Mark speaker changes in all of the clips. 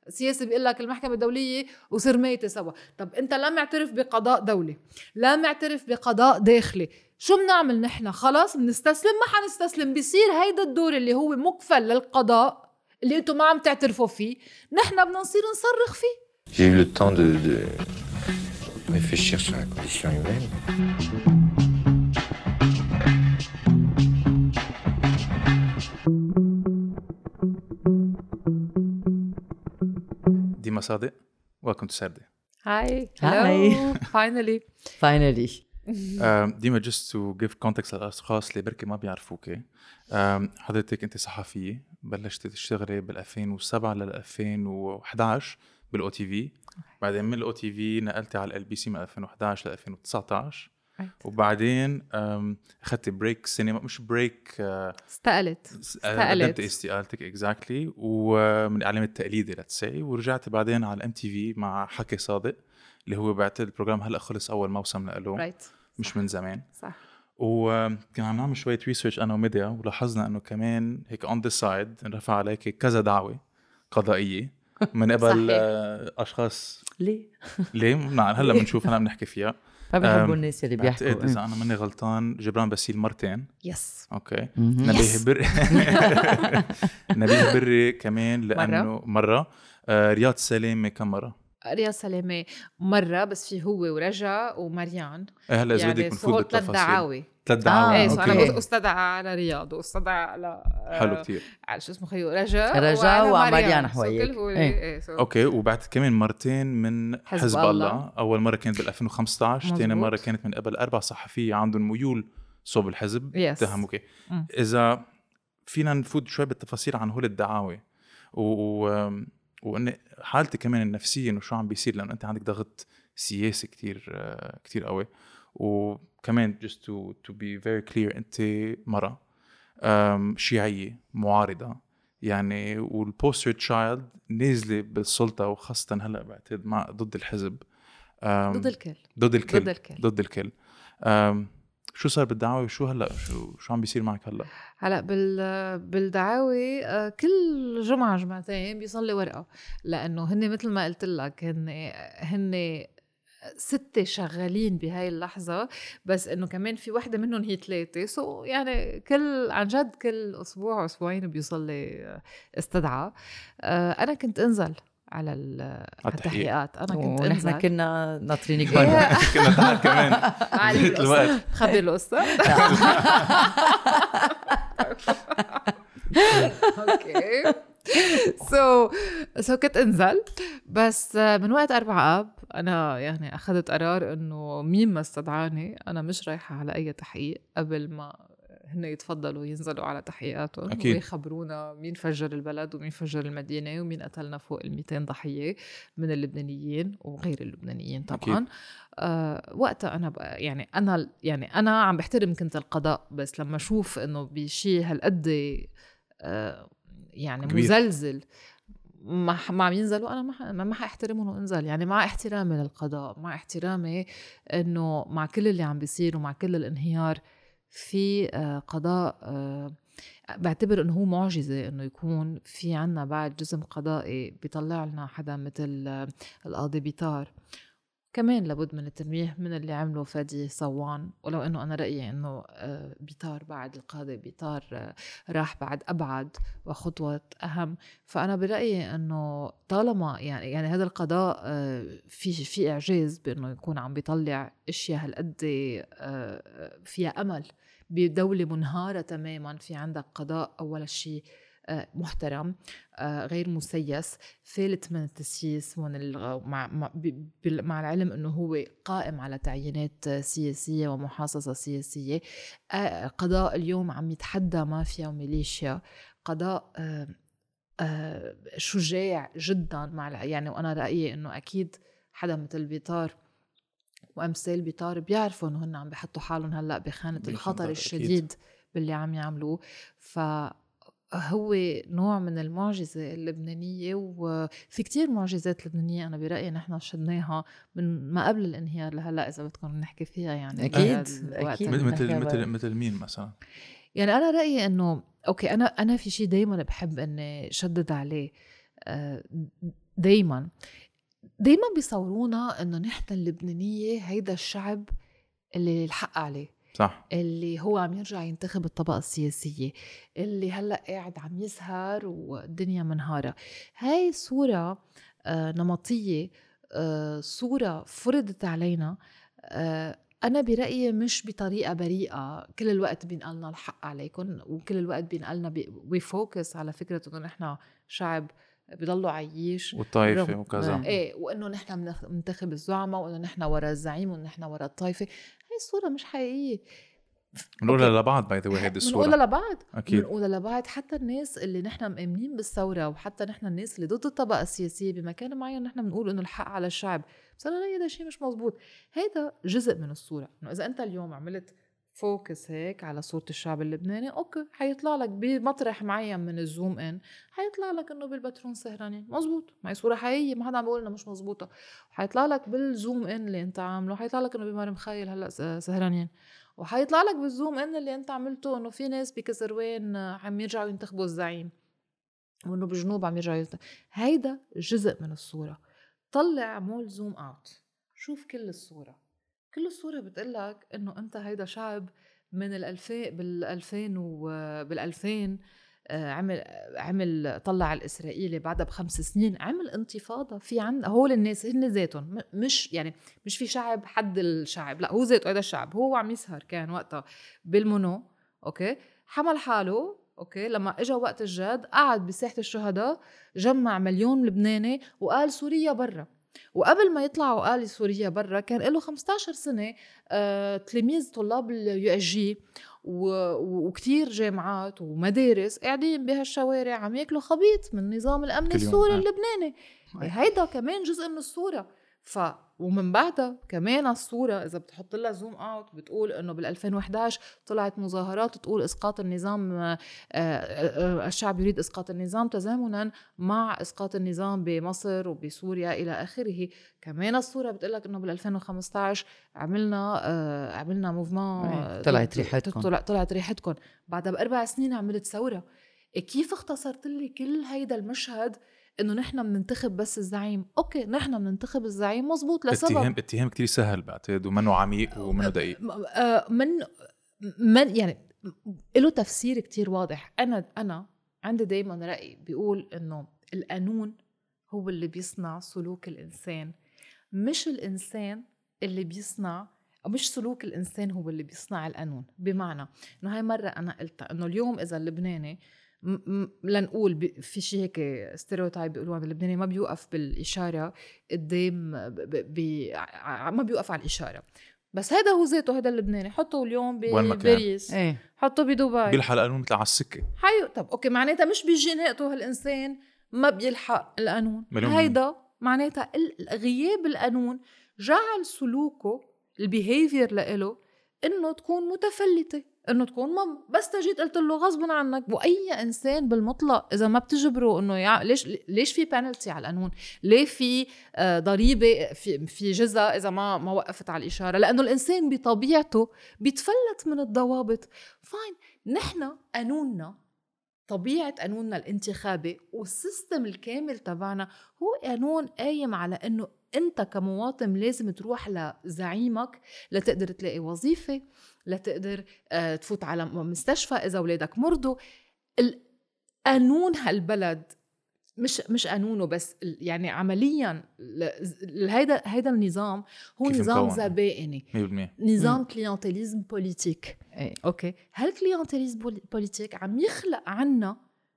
Speaker 1: سياسي بيقول لك المحكمة الدولية وصير ميتة سوا. طب انت لا معترف بقضاء دولي، لا معترف بقضاء داخلي، شو بنعمل نحن؟ خلاص بنستسلم؟ ما حنستسلم. بيصير هيدا الدور اللي هو مكفل للقضاء اللي انتم ما عم تعترفوا فيه، نحن بدنا نصير نصرخ فيه.
Speaker 2: J'ai eu le temps de réfléchir sur la condition humaine.
Speaker 3: Dima Sadiq, welcome to Saturday.
Speaker 1: Hi.
Speaker 4: Hi.
Speaker 1: Finally.
Speaker 3: ديما just to give context للأشخاص اللي بركي ما بيعرفوك. حضرتك أنت صحفية، بلشت تشتغلي بال2007 لل2011 بالأو تي في، بعدين من الأو تي في نقلتي على ال بي سي من 2011 ل2019، وبعدين أخذتي بريك سينما، مش بريك،
Speaker 1: استقلت
Speaker 3: استقالتك exactly، ومن الإعلام التقليدي let's say، ورجعتي بعدين على ام تي في مع حكي صادق اللي هو بعتقد البروجرام هلأ خلص أول موسم له مش صح. من زمان
Speaker 1: صح.
Speaker 3: وكنا عم نعمل شوية ريسيرش أنا وميديا، ولاحظنا أنه كمان هيك on the side انرفع عليك كذا دعوة قضائية من قبل أشخاص. ليه؟ نعم هلأ بنشوف هلأ بنحكي فيها.
Speaker 4: ما بيحبوا الناس اللي بيحكوا.
Speaker 3: إذا أنا مني غلطان جبران باسيل مرتين.
Speaker 1: يس.
Speaker 3: أوكي. نبيه بري كمان لأنه مرة. رياض سلامة كم مرة؟
Speaker 1: رياض سلامة مرة بس، في هو ورجا ومريان.
Speaker 3: هلا إذا بدك نفوت بالتفاصيل.
Speaker 1: 3 دعاوي.
Speaker 4: أوكي.
Speaker 1: أنا أستدعى على رياض وأستدعى على
Speaker 3: حلو كتير.
Speaker 1: على شو اسمه خيو رجا
Speaker 4: ومريان حويك.
Speaker 3: أوكي. وبعد كمان مرتين من حزب الله. أول مرة كانت بال2015، ثاني مرة كانت من قبل 4 صحفية عندهم ميول صوب الحزب اتهموك. إذا فينا نفوت شوي بالتفاصيل عن هول الدعاوي وإن حالتي كمان النفسية إنه شو عم بيصير، لأنه أنت عندك ضغط سياسي كتير قوي، وكمان just to be very clear أنت مرة شيعية معارضة يعني، والبوستر تشايلد نازلة بالسلطة، وخاصة هلأ بعتقد ضد الحزب، ضد الكل. شو صار بالدعاوي وشو هلا شو عم بيصير معك هلا
Speaker 1: بالدعاوي؟ كل جمعة جمعتين بيصلي ورقة، لأنه هن مثل ما قلت لك هن 6 شغالين بهاي اللحظة، بس إنه كمان في واحدة منهم هي 3، يعني عن جد كل أسبوع أسبوعين بيصلي استدعاء. أنا كنت أنزل على التحقيقات. أنا كنت أنزل.
Speaker 4: ونحن كنا ناطرينك برا.
Speaker 3: كنا تعال كمان الوقت
Speaker 1: خبر القصة. أوكي. so كنت أنزل، بس من وقت 4 آب أنا يعني أخذت قرار إنه مين ما استدعاني أنا مش رايحة على أي تحقيق قبل ما هن يتفضلوا ينزلوا على تحقيقاتهم ويخبرونا مين فجر البلد ومين فجر المدينة ومين قتلنا فوق 200 ضحية من اللبنانيين وغير اللبنانيين طبعا. وقتها أنا يعني أنا عم بحترم كنت القضاء، بس لما أشوف إنه بشي هالقد يعني كبير مزلزل ما عم ينزلوا، أنا ما حاحترمهم وانزل. يعني مع احترامي للقضاء، مع احترامي إنه مع كل اللي عم بيصير ومع كل الانهيار في قضاء، بعتبر انه هو معجزة انه يكون في عنا بعد جسم قضائي بيطلع لنا حدا مثل القاضي بيطار. كمان لابد من التنويه من اللي عمله فادي صوان، ولو انه انا رأيي انه بيطار بعد القاضي بيطار راح بعد ابعد وخطوة اهم. فانا برأيي انه طالما يعني هذا القضاء في اعجاز بانه يكون عم بيطلع اشياء هالقد فيها امل بدولة منهارة تماما. في عندك قضاء أول شيء محترم، غير مسيس، فالت من التسييس، مع العلم أنه هو قائم على تعيينات سياسية ومحاصصة سياسية. قضاء اليوم عم يتحدى مافيا وميليشيا، قضاء شجاع جدا يعني. وأنا رأيي أنه أكيد حدا مثل بيطار وأمثال بيطار بيعرفوا أنه هن عم بيحطوا حالهم هلأ بخانة الخطر الشديد باللي عم يعملوه. فهو نوع من المعجزة اللبنانية، وفي كتير معجزات لبنانية أنا برأيي نحن شدناها من ما قبل الانهيار لهلأ إذا بدكم نحكي فيها. يعني
Speaker 4: أكيد
Speaker 3: مثل مين مثلا؟
Speaker 1: يعني أنا رأيي أنه أوكي، أنا في شيء دايما بحب أني شدد عليه. دايما بيصورونا انه نحن اللبنانية هيدا الشعب اللي الحق عليه،
Speaker 3: صح،
Speaker 1: اللي هو عم يرجع ينتخب الطبقة السياسية، اللي هلأ قاعد عم يسهر والدنيا منهارة. هاي صورة نمطية، صورة فرضت علينا. أنا برأيي مش بطريقة بريئة. كل الوقت بينقلنا الحق عليكم، وكل الوقت بينقلنا ويفوكس على فكرة إنه نحن شعب بيضلوا عايش
Speaker 3: والطائفة وكذا،
Speaker 1: إيه، وإنه نحن منتخب الزعماء، وإنه نحن وراء الزعيم، وإنه نحن وراء الطائفة. هاي الصورة مش حقيقية.
Speaker 3: بنقولها لبعض باي ذا واي. هيدي الصورة
Speaker 1: بنقولها لبعض،
Speaker 3: أكيد
Speaker 1: بنقولها لبعض. حتى الناس اللي نحن مؤمنين بالثورة، وحتى نحن الناس اللي ضد الطبقة السياسية بمكان معين، نحن بنقول إنه الحق على الشعب. بس أنا لا، هذا شيء مش مزبوط. هذا جزء من الصورة. إنه إذا أنت اليوم عملت فوكس هيك على صورة الشعب اللبناني، أوكي، حيطلع لك بمطرح معين من الزوم إن، حيطلع لك إنه بالبترون سهرانين. مزبوط، ما هي صورة حقيقية، ما حدا عم بيقول إنه مش مزبوطة. حيطلع لك بالزوم إن اللي أنت عامله، حيطلع لك إنه بمار مخيل هلأ سهرانين. وحيطلع لك بالزوم إن اللي أنت عملته إنه في ناس بكسروان عم يرجعوا ينتخبوا الزعيم، وإنه بجنوب عم يرجعوا هيدا جزء من الصورة. طلع مول زوم أوت، شوف كل الصورة. كل الصورة بتقلك إنه أنت هيدا شعب من بالألفين عمل طلع الإسرائيلي بعدها ب5 سنين، عمل انتفاضة. في عند هول الناس هن ذاتهم، مش يعني مش في شعب حد الشعب، لا، هو ذاته هذا الشعب. هو عم يسهر كان وقتها بالمونو، أوكي، حمل حاله، أوكي، لما إجا وقت الجد قعد بساحة الشهداء، جمع 1,000,000 لبناني وقال سوريا برا. وقبل ما يطلع وقال سوريا برا، كان له 15 سنة تلاميذ طلاب USG وكتير جامعات ومدارس قاعدين بهالشوارع عم ياكلوا خبيط من نظام الأمن السوري اللبناني. هيدا كمان جزء من الصورة. ومن بعدها كمان الصورة إذا بتحط لها زوم أوت بتقول إنه بال2011 طلعت مظاهرات تقول إسقاط النظام، الشعب يريد إسقاط النظام تزامنا مع إسقاط النظام بمصر وبسوريا إلى آخره. كمان الصورة بتقولك إنه بال2015 عملنا موفمان، طلعت ريحتكم. بعدها ب4 سنين عملت ثورة. كيف اختصرت لي كل هيدا المشهد إنه نحن بننتخب بس الزعيم؟ أوكي، نحن بننتخب الزعيم، مزبوط، لسبب
Speaker 3: اتهام كتير سهل بعتقد، ومنه عميق ومنه دقيق.
Speaker 1: من يعني له تفسير كتير واضح. أنا عندي دايما رأي بيقول إنه القانون هو اللي بيصنع سلوك الإنسان، مش الإنسان اللي بيصنع، أو مش سلوك الإنسان هو اللي بيصنع القانون. بمعنى إنه هاي مرة أنا قلت إنه اليوم إذا اللبناني لنقول في شيء هيك ستيريوتايب بيقولوا عن اللبناني ما بيوقف بالإشارة قدام، ما بيوقف على الإشارة. بس هذا هو ذاته، هذا اللبناني حطه اليوم بباريس، حطه بدبي،
Speaker 3: بيلحق القانون مثل على السكة.
Speaker 1: طب أوكي، معناتها مش بجيناته هالإنسان ما بيلحق القانون. هيدا معناتها غياب القانون جعل سلوكه البيهيفير لإله إنه تكون متفلتة، إنه تكون بس تجيت قلت له غصبا عنك. وأي إنسان بالمطلق إذا ما بتجبره إنه ليش في بانلتي على القانون؟ ليه في ضريبة في جزء إذا ما وقفت على الإشارة؟ لأنه الإنسان بطبيعته بيتفلت من الضوابط. فاين، نحن قانوننا، طبيعة قانوننا الانتخابي والسيستم الكامل تبعنا هو قانون قايم على إنه أنت كمواطن لازم تروح لزعيمك لتقدر تلاقي وظيفة، لتقدر تفوت على مستشفى إذا أولادك مرضوا. القانون هالبلد مش قانونه بس، يعني عمليا هيدا النظام هو نظام زبائني، نظام كليانتيليزم بوليتيك. أوكي، هالكليانتيليزم بوليتيك عم يخلق عنا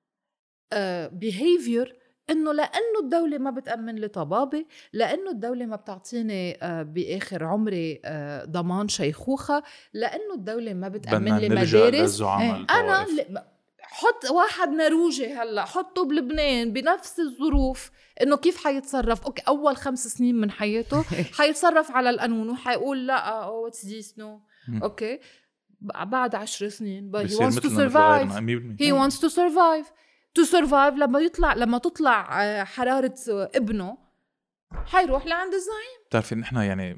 Speaker 1: behavior إنه لأنه الدولة ما بتأمن لي طبابة، لأنه الدولة ما بتعطيني بآخر عمري ضمان شيخوخة، لأنه الدولة ما بتأمن لي مدارس. أنا حط واحد نروجي هلأ حطه بلبنان بنفس الظروف، إنه كيف حيتصرف؟ أوكي، أول 5 سنين من حياته حيتصرف على القانون وحيقول لا what's this no. أوكي، بعد 10 سنين but he wants to survive. he wants to survive لما تطلع حرارة ابنه حيروح لعند الزعيم.
Speaker 3: بتعرفي نحن يعني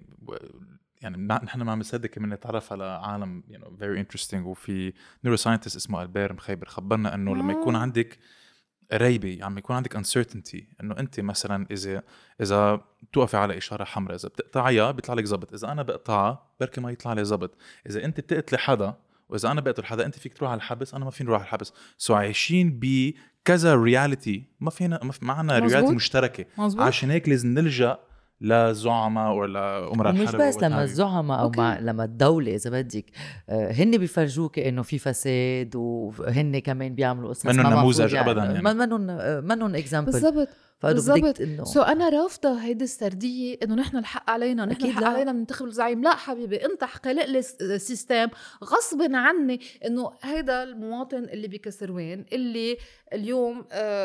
Speaker 3: نحن ما مصدق كمان نتعرف على عالم very interesting. وفي neuroscientist اسمه ألبير مخيبر خبرنا انه لما يكون عندك قريبه، عم يكون عندك uncertainty انه انت مثلا اذا توقفي على اشاره حمراء، اذا بتقطعيها بيطلع لك زبط، اذا انا بقطعها بركي ما يطلع لي زبط، اذا انت بتقتلي حدا واذا انا بقتل حدا انت فيك تروح على الحبس، انا ما فيني اروح على الحبس. عايشين بكذا رياليتي، ما معنا رياليتي مشتركه. عشان هيك لازم نلجأ لزعماء ولا امراء الحرب.
Speaker 4: ومش بس لما الزعماء او لما الدوله اذا بدك هن بيفرجوك انه في فساد، وهن كمان بيعملوا قصص
Speaker 3: منهم نموذج ابدا يعني.
Speaker 4: منهم اكزامبل
Speaker 1: بالضبط. سو انا رافضه هيدي السرديه انه نحن الحق علينا، نحن الحق علينا ننتخب الزعيم. لا حبيبي، انت خلق لي سيستم غصب عني انه هيدا المواطن اللي بكسر وين، اللي اليوم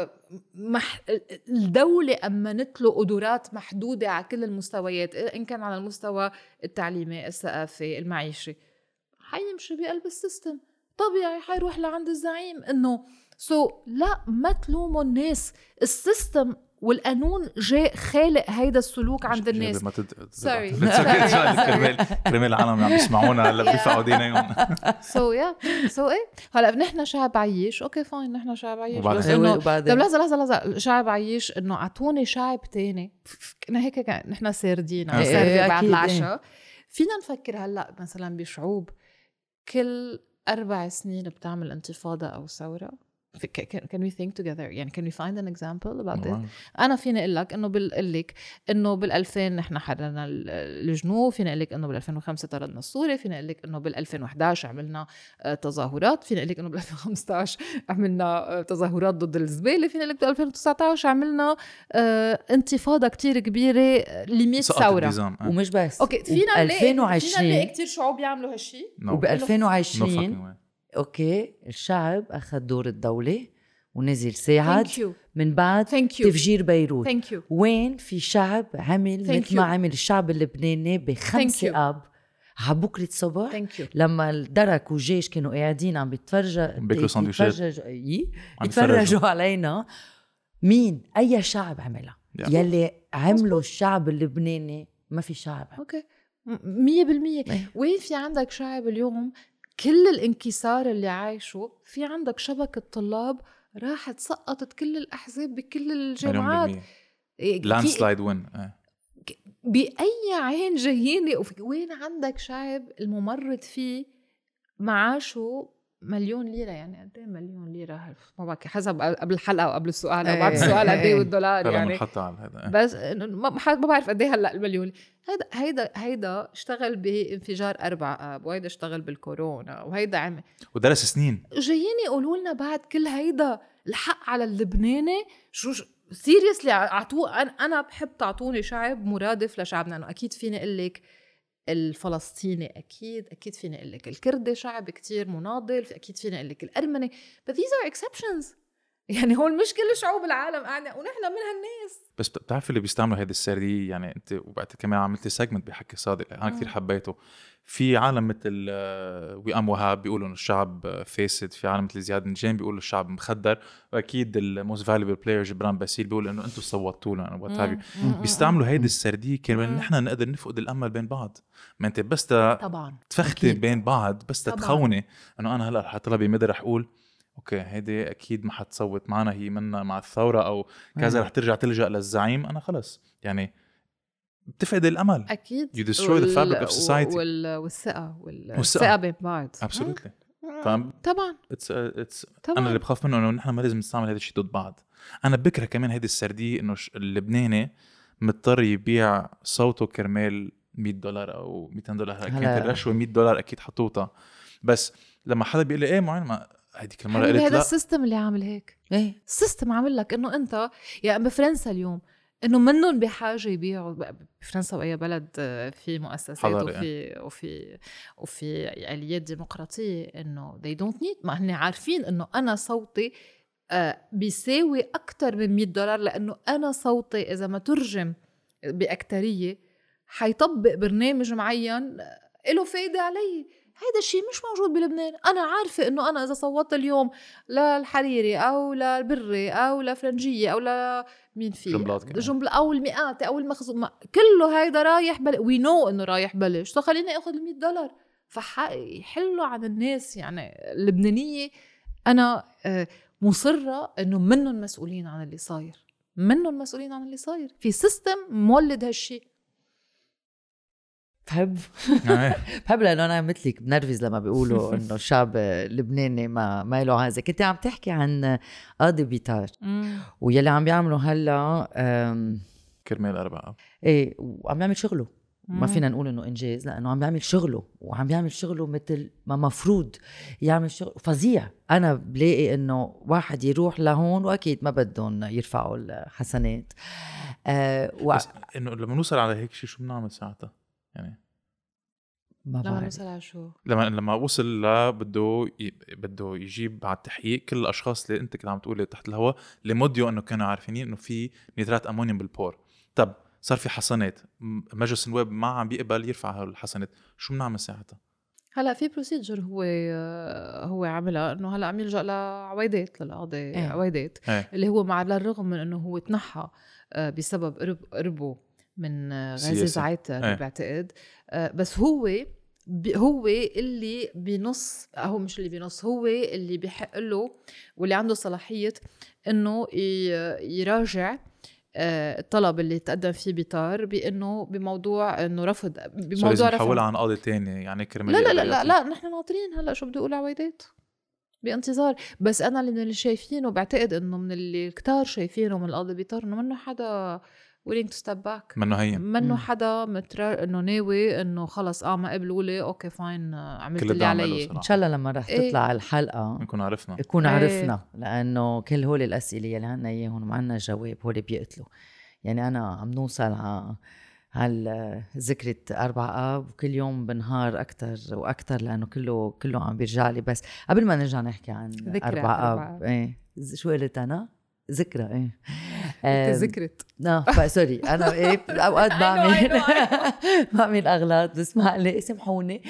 Speaker 1: الدوله امنت له قدرات محدوده على كل المستويات، ان كان على المستوى التعليمي، الثقافي، المعيشي، حيمشي بقلب السيستم طبيعي، حيروح لعند الزعيم. انه لا، ما تلوموا الناس، السيستم والقانون جاء خالق هيدا السلوك عند الناس. سوري
Speaker 3: كرمال العالم عم يسمعونا هلا بيفقعوا ديناهم.
Speaker 1: ايه هلا نحن شعب عيش، اوكي فاين، نحن شعب عيش،
Speaker 4: بس انه
Speaker 1: طب لحظه شعب عيش، انه اعطوني شعب تاني. كنا هيك نحن ساردين بعد العشاء. فينا نفكر هلا مثلا بشعوب كل 4 سنين بتعمل انتفاضه او ثوره. Can we think together؟ يعني can we find an example about this؟ أنا فيني أقول لك إنه بال2000 نحن حررنا الجنوب، فيني أقول لك إنه بال2005 طردنا السوري، فيني أقول لك إنه بال2011 عملنا تظاهرات، فيني أقول لك إنه بال2015 عملنا تظاهرات ضد الزبالة، فيني أقول لك بال2019 عملنا انتفاضة كتير كبيرة ل100 ثورة.
Speaker 4: ومش بس
Speaker 1: أوكي، فينا نلاقي كتير شعوب يعملوا هالشي.
Speaker 4: وب2020 اوكي الشعب اخذ دور الدوله ونزل ساعد من بعد تفجير بيروت. وين في شعب عمل مثل ما عمل الشعب اللبناني ب5 اب عبكرة صبح لما الدرك والجيش كانوا قاعدين عم يتفرجوا علينا. مين اي شعب عملها؟ يلي عملوا الشعب اللبناني ما في شعب.
Speaker 1: اوكي 100%. وين في عندك شعب اليوم كل الانكسار اللي عايشه، في عندك شبكة طلاب راحت سقطت كل الأحزاب بكل الجامعات.
Speaker 3: لاندسلايد وين
Speaker 1: بأي عين جايين؟ وين عندك شعب الممرض فيه معاشه 1,000,000 ليرة؟ يعني قد ايه 1,000,000 ليرة؟ ما بعرف، حسب قبل الحلقة وقبل السؤال او بعد السؤال قد ايه والدولار يعني. بس ما بعرف قد ايه هلا المليون. هيدا اشتغل بانفجار 4 آب، وهيدا اشتغل بالكورونا، وهيدا عمل
Speaker 3: ودرس سنين.
Speaker 1: جايين يقولوا لنا بعد كل هيدا الحق على اللبناني؟ شو سيريسلي اعطوه؟ انا بحب تعطوني شعب مرادف لشعبنا. انه اكيد فيني اقول لك الفلسطيني، اكيد فيني اقول لك الكردي شعب كتير مناضل، اكيد فيني اقول لك الارمني، but these are exceptions. يعني هو مش كل شعوب العالم قاعده ونحن من هالناس.
Speaker 3: بس بتعرف اللي بيستعملوا هيدي السرديه، يعني انت وقت كمان عملتي سيجمنت بحكي صادق انا كتير حبيته. في عالم مثل وئام وهاب بيقولوا انه الشعب فاسد، في عالم مثل زياد نجام بيقولوا الشعب مخدر، واكيد الموست فاليبل بلاير جبران باسيل بيقول انه انتم صوتوا له وات. بيستعملوا هيدي السرديه كمان نحن نقدر نفقد الامل بين بعض. ما انت بس
Speaker 1: طبعا
Speaker 3: تفختي بين بعض، بس تخوني انه انا هلا حطلع بمدى رح اقول اوكي هيدي اكيد ما حتصوت معنا، هي منا مع الثوره او كذا، رح ترجع تلجأ للزعيم. انا خلص يعني بتفقد الامل.
Speaker 1: اكيد
Speaker 3: you destroy the fabric of society.
Speaker 1: والثقه بين بعض.
Speaker 3: absolutely.
Speaker 1: طبعا
Speaker 3: انا اللي بخاف منه انه نحن ما لازم نستعمل هذا الشيء ضد بعض. انا بكره كمان هيدي السرديه انه اللبناني مضطر يبيع صوته كرمال $100 او $200. كانت الرشوه $100 اكيد حطوطه، بس لما حدا بيقول لي ايه معين ما هيدي كل مره قلت لا،
Speaker 1: هذا السيستم اللي عامل هيك. ايه السيستم عامل لك انه انت يعني بفرنسا اليوم انه منهم بحاجه يبيعوا بفرنسا واي بلد في مؤسسات وفي آليات ديمقراطيه، انه they don't need، ما هن عارفين انه انا صوتي بيساوي اكتر من $100، لانه انا صوتي اذا ما ترجم باكتريه حيطبق برنامج معين له فايده علي. هيدا الشيء مش موجود بلبنان. أنا عارفة إنه أنا إذا صوتت اليوم للحريري أو للبري أو لفرنجية أو لمين فيه جنبل أو المئات أو المخزون، كله هيدا رايح we know إنه رايح بلش. خليني أخذ $100 فحلوا عن الناس يعني اللبنانية. أنا مصرة انه منهم مسؤولين عن اللي صاير، منهم مسؤولين عن اللي صاير، في سيستم مولد هالشي.
Speaker 4: بحب لانه انا مثلك بنرفز لما بيقولوا انه الشعب اللبناني ما له عازه. كنت عم تحكي عن قاضي بيطار ويلي عم بيعملوا هلا
Speaker 3: كرمال 4
Speaker 4: ايه، وعم بيعمل شغله. ما فينا نقول انه انجاز، لانه عم بيعمل شغله، وعم بيعمل شغله مثل ما مفروض يعمل شغل فظيع. انا بلاقي انه واحد يروح لهون واكيد ما بدهم يرفعوا الحسنات.
Speaker 3: بس انه لما نوصل على هيك شيء شو بنعمل ساعتها يعني؟
Speaker 1: لما نوصل على شو؟
Speaker 3: لما وصل بده يجيب على التحقيق كل الاشخاص اللي انت كنت عم تقولي تحت الهواء اللي مديوا انه كانوا عارفين انه في نيترات امونيوم بالبور. طب صار في حصانات، مجلس النواب ما عم بيقبل يرفع هالحصانات، شو بنعمل ساعتها؟
Speaker 1: هلا في بروسيجر هو عملها، انه هلا عم يلجأ لعويدات، للقاضي عويدات اللي هو مع الرغم من انه هو تنحى بسبب قربه من غازي زعيتر بعتقد، بس هو اللي بنص، هو مش اللي بنص، هو اللي بيحق له واللي عنده صلاحية انه يراجع الطلب اللي تقدم فيه بيطار بانه بموضوع انه رفض، بموضوع رفض
Speaker 3: حولها عن قاضي تاني يعني كرمال.
Speaker 1: لا نحن ناطرين هلا شو بدي اقول عويدات بانتظار. بس انا اللي شايفينه بعتقد انه من اللي كتار شايفينه من القاضي بيطار انه منه حدا willing to step back، منه حدا انه ناوي انه خلص ما قبلوا لي اوكي فاين عملت اللي علي.
Speaker 4: ان شاء الله لما رح تطلع الحلقه نكون عرفنا لانه كل هول الاسئله اللي عنا اياهم ما عنا جواب، هول بيقتلوا. يعني انا عم نوصل على ذكرى 4 آب وكل يوم بنهار اكثر واكثر لانه كله عم بيرجع لي. بس قبل ما نرجع نحكي عن 4 آب ايه شو قلت انا؟ ذكرى
Speaker 1: ذكرت
Speaker 4: سوري انا اوقات بعمل اغلاط، بسمع لي سامحوني.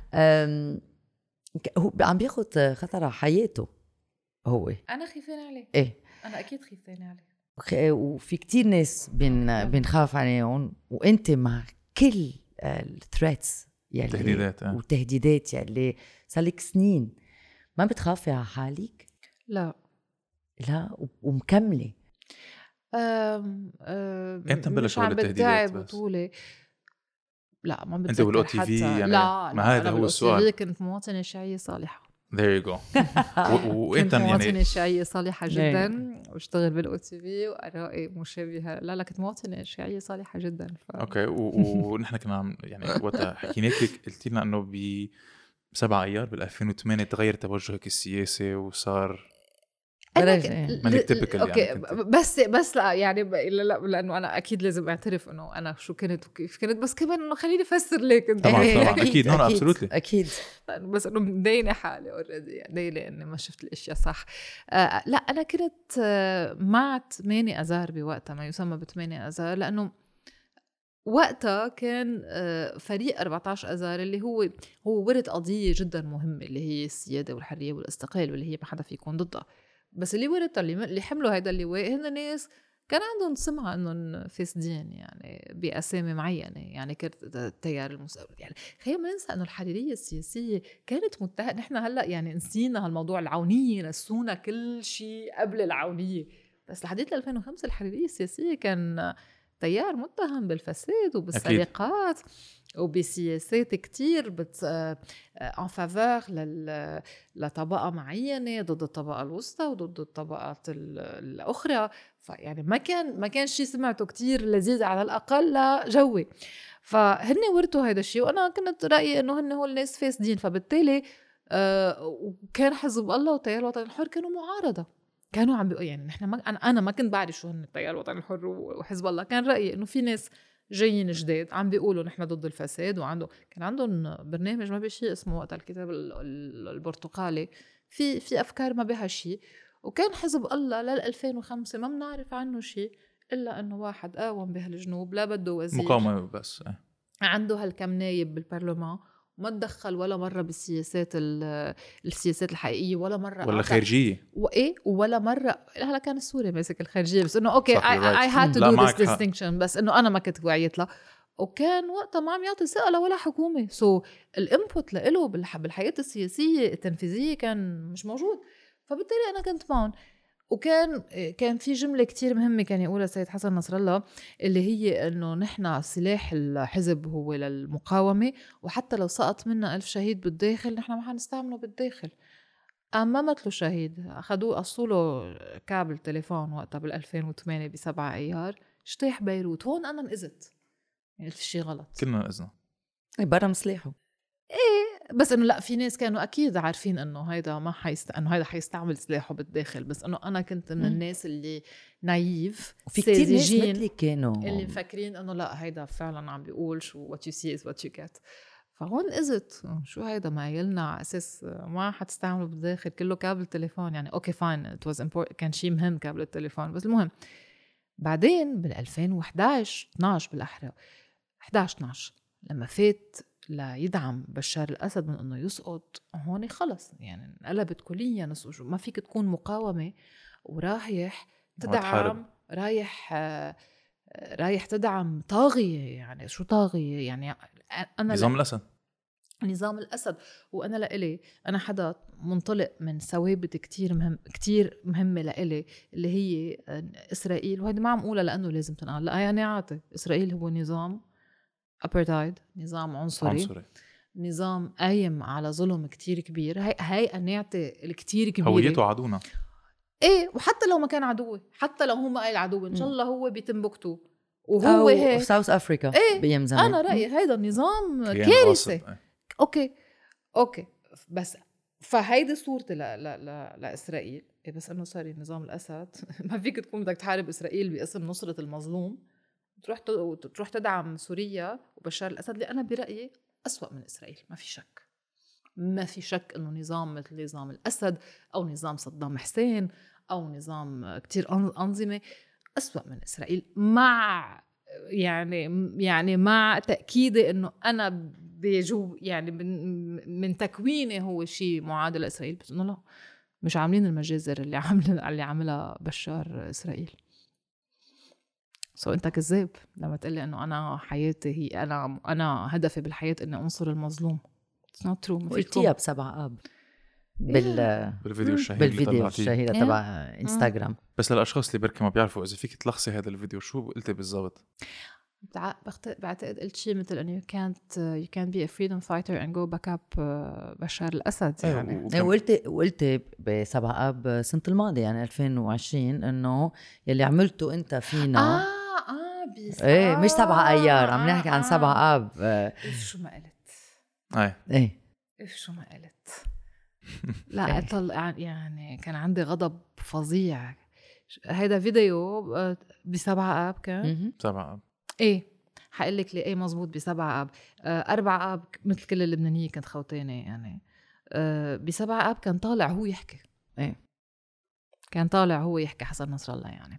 Speaker 4: هو عم بياخد خطر على حياته. هو
Speaker 1: انا خايفين عليه. انا اكيد خايفين عليه،
Speaker 4: وفي كتير ناس بنخاف عليهم، وانت مع كل الثريتس يعني والتهديدات يعني صار لك سنين، ما بتخافي على حالك؟
Speaker 1: لا
Speaker 4: ومكمله.
Speaker 3: امتى بلش اول التهديدات بطولة؟
Speaker 1: لا ما
Speaker 3: انت بالاو تي في يعني؟
Speaker 1: لا
Speaker 3: ما هذا هو السؤال.
Speaker 1: كنت مواطنة شيعية صالحة.
Speaker 3: there you go.
Speaker 1: وانت يعني مواطنة شيعية صالحة جدا واشتغل بالاو تي في وارائي مشابهة. لا كنت مواطنة شيعية صالحة جدا.
Speaker 3: اوكي. ونحن كنا يعني وقتها حكيناك قلت لنا انه ب 7 ايار بال 2008 تغير توجهك السياسي وصار ماني تيبيكال
Speaker 1: يعني. بس لا يعني لا لانه انا اكيد لازم اعترف انه انا شو كنت وكيف كنت، بس كمان انه خليني افسر لك انت.
Speaker 3: طبعا اكيد نو ابسولوتلي
Speaker 4: اكيد.
Speaker 1: بس انه مدينه حالي اوريدي دايله اني ما شفت الاشياء صح. لا انا كنت مع 8 اذار بوقتها، ما يسمى ب 8 اذار، لانه وقتها كان فريق 14 اذار اللي هو ورد قضيه جدا مهمه اللي هي السياده والحريه والاستقلال، واللي هي ما حدا فيكون ضدها. بس اللي ورثها اللي حملوا هيدا اللواء هن ناس كان عندهم سمعة انهم فاسدين يعني بأسامي معينة، يعني كانت التيار المسؤول. يعني خلينا ما ننسى انه الحريرية السياسية كانت متهمة. نحن هلا يعني نسينا هالموضوع، العونية نسونا كل شيء قبل العونية، بس لحديت 2005 الحريرية السياسية كان تيار متهم بالفساد وبالسرقات وبسياسات كتير en faveur لطبقة معينة ضد الطبقة الوسطى وضد الطبقات الأخرى. فيعني ما كان شيء سمعته كتير لذيذ على الأقل لجوي. فهن ورثوا هيدا الشيء، وأنا كنت رأيي إنه هن هو الناس فاسدين. فبالتالي وكان حزب الله والتيار الوطني الحر كانوا معارضة، كانوا عم يعني نحن أنا ما كنت بعرف شو هن التيار الوطني الحر وحزب الله. كان رأيي إنه في ناس جايين جداد عم بيقولوا نحن ضد الفساد، كان عندهم برنامج ما بشيء اسمه وقت الكتاب البرتقالي في أفكار ما بها شيء. وكان حزب الله لل 2005 ما بنعرف عنه شيء إلا إنه واحد قاوم بهالجنوب، لا بده وزير
Speaker 3: مقاومة بس
Speaker 1: عنده هالكم نايب بالبرلمان، ما تدخل ولا مرة بالسياسات السياسات الحقيقية ولا مرة،
Speaker 3: ولا خارجية
Speaker 1: ولا مرة. هلا كان السوري ماسك الخارجية، بس إنه أوكي I had to do this distinction، بس إنه أنا ما كنت وعيت له. وكان وقتها ما عم يعطي ثقة ولا حكومة، الانبوت له بالحياة السياسية التنفيذية كان مش موجود. فبالتالي أنا كنت معهم. كان في جملة كتير مهمة كان يقولها السيد حسن نصر الله، اللي هي إنه نحن سلاح الحزب هو للمقاومة، وحتى لو سقط منا 1000 شهيد بالداخل نحن ما حنستعمله بالداخل. أما مثله شهيد أخدوه قصوله كابل تليفون وقتها بال2008 ب7 أيار، اجتاح بيروت. هون أنا انقذت، يعني في شيء غلط،
Speaker 3: كلنا نقزنا
Speaker 4: برم سلاحه.
Speaker 1: ايه بس انه لا، في ناس كانوا اكيد عارفين انه هيدا ما انه هيدا حيستعمل سلاحه بالداخل، بس انه انا كنت من الناس اللي نايف،
Speaker 4: وفي كتير ناس مثلي كانوا
Speaker 1: اللي مفكرين انه لا هيدا فعلا عم بيقول شو what you see is what you get. فهون اذت شو هيدا ما يلنا على اساس ما حتستعمله بالداخل، كله كابل تليفون. يعني اوكي فاين ات واز امبورتنت، كان شيء مهم كابل التليفون. بس المهم بعدين بال2011 12 بالاحرى 11 12 لما فات ليدعم بشار الأسد من أنه يسقط، هون خلص يعني انقلبت كليا. ما فيك تكون مقاومة ورايح تدعم، رايح تدعم طاغية. يعني شو طاغية؟ يعني أنا نظام الأسد. وأنا لإلي أنا حدا منطلق من ثوابت كتير مهمة لإلي، اللي هي إسرائيل. وهذا ما عم أقولها لأنه لازم تنقال، لا يعني عاطي إسرائيل هو نظام أبرتايد، نظام عنصري. نظام قايم على ظلم كتير كبير. هاي قناعتي الكتير كبيرة.
Speaker 3: هويته عدونا.
Speaker 1: ايه، وحتى لو ما كان عدوي، حتى لو هو ما قايل عدوي، ان شاء الله هو بتمبكتو وهو هيك
Speaker 4: ساوث افريكا
Speaker 1: ايه
Speaker 4: بيم زمان.
Speaker 1: انا رأيي هيدا النظام كارثة. اوكي بس فهيدي صورتي لإسرائيل. إيه بس انه صار نظام الأسد ما فيك تكون بدك تحارب إسرائيل باسم نصرة المظلوم تروح تدعم سوريا وبشار الأسد، اللي أنا برأيي أسوأ من إسرائيل. ما في شك إنه نظام مثل نظام الأسد أو نظام صدام حسين أو نظام كتير أنظمة أسوأ من إسرائيل، مع يعني مع تأكيدي إنه أنا يعني من تكويني هو شيء معادل لإسرائيل، بس إنه لا، مش عاملين المجازر اللي عملها بشار إسرائيل. أنت كذاب لما تقلي إنه أنا حياتي هي أنا هدفي بالحياة إني أنصر المظلوم. It's not true.
Speaker 4: قلتيها ب7 آب
Speaker 3: بالفيديو
Speaker 4: الشهير تبع انستغرام.
Speaker 3: بس للأشخاص اللي بركي ما بيعرفوا، إذا فيك تلخصي هذا الفيديو شو قلتي بالضبط؟
Speaker 1: بعتقد قلت شيء مثل إنه you can't be a freedom fighter and go back up بشار الأسد. يعني
Speaker 4: وقلت ب7 آب سنة الماضي يعني 2020 إنه يلي عملته أنت فينا ايه مش 7 أيار، عم نحكي عن 7 آب.
Speaker 1: شو ما قلت
Speaker 3: ايه
Speaker 1: شو ما قلت لا يعني كان عندي غضب فظيع. هيدا فيديو ب7 آب كان
Speaker 3: 7 آب.
Speaker 1: ايه حقلك لي ايه مزبوط ب7 آب. 4 آب مثل كل اللبنانية كنت خوتاني يعني. ب7 آب كان طالع هو يحكي. ايه كان طالع هو يحكي حسن نصر الله يعني.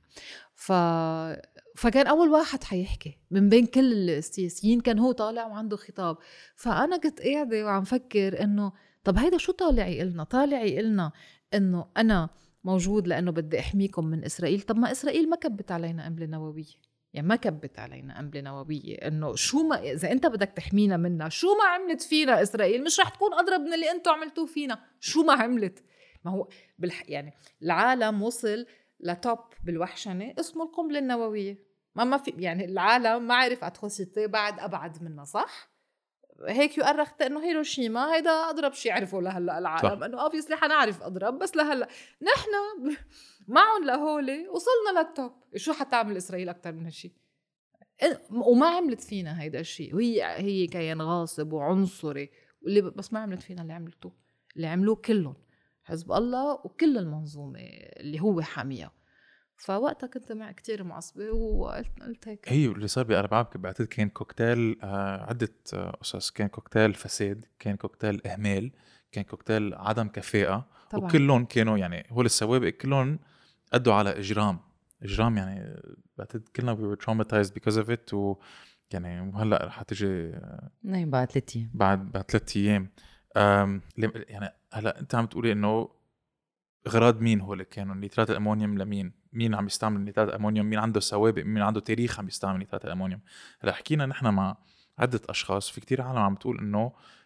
Speaker 1: فكان أول واحد حيحكي من بين كل السياسيين، كان هو طالع وعنده خطاب. فأنا كنت قاعدة وعم فكر إنه طب هيدا شو طالع يقلنا إنه أنا موجود لأنه بدي أحميكم من إسرائيل. طب ما إسرائيل ما كبت علينا قنبلة نووية، يعني ما كبت علينا قنبلة نووية. إنه شو ما إذا أنت بدك تحمينا منها، شو ما عملت فينا إسرائيل مش رح تكون أضرب من اللي أنتوا عملتوه فينا. شو ما عملت، ما هو يعني العالم وصل لتوب بالوحشنة اسمه القنبلة النووية. ما في يعني العالم ما عرف أتروسيتي بعد أبعد منا، صح؟ هيك يؤرخت إنه هيروشيما هيدا أضرب شيء عرفوا لهلا العالم، إنه obviously حنعرف أضرب، بس لهلا نحن معهم لهولي وصلنا للتوب. شو حتعمل إسرائيل أكتر من هالشي؟ وما عملت فينا هيدا الشيء، وهي كيان غاصب وعنصري، واللي بس ما عملت فينا اللي عملوه كلهم حزب الله وكل المنظومة اللي هو حاميها. فوقتها كنت كتير معصبة وقلت هيك.
Speaker 3: هي اللي صار ب4 بعتقد كان كوكتيل عدة قصص. كان كوكتيل فساد، كان كوكتيل إهمال، كان كوكتيل عدم كفاءة طبعا. وكلهم كانوا يعني هو السوابق كلهم أدوا على إجرام يعني بعتقد كلنا we were traumatized because of it. يعني هلأ رح تجي
Speaker 4: بعد 3 أيام
Speaker 3: بعد 3 أيام. يعني هلأ أنت عم تقولي إنه غراض مين هو اللي كانوا نيترات الأمونيوم مين عم يستعمل نيترات الأمونيوم، مين عنده سوابق، مين عنده تاريخ عم يستعمل نيترات الأمونيوم. هلا حكينا نحن مع عدة أشخاص، في كتير عالم عم تقول إنه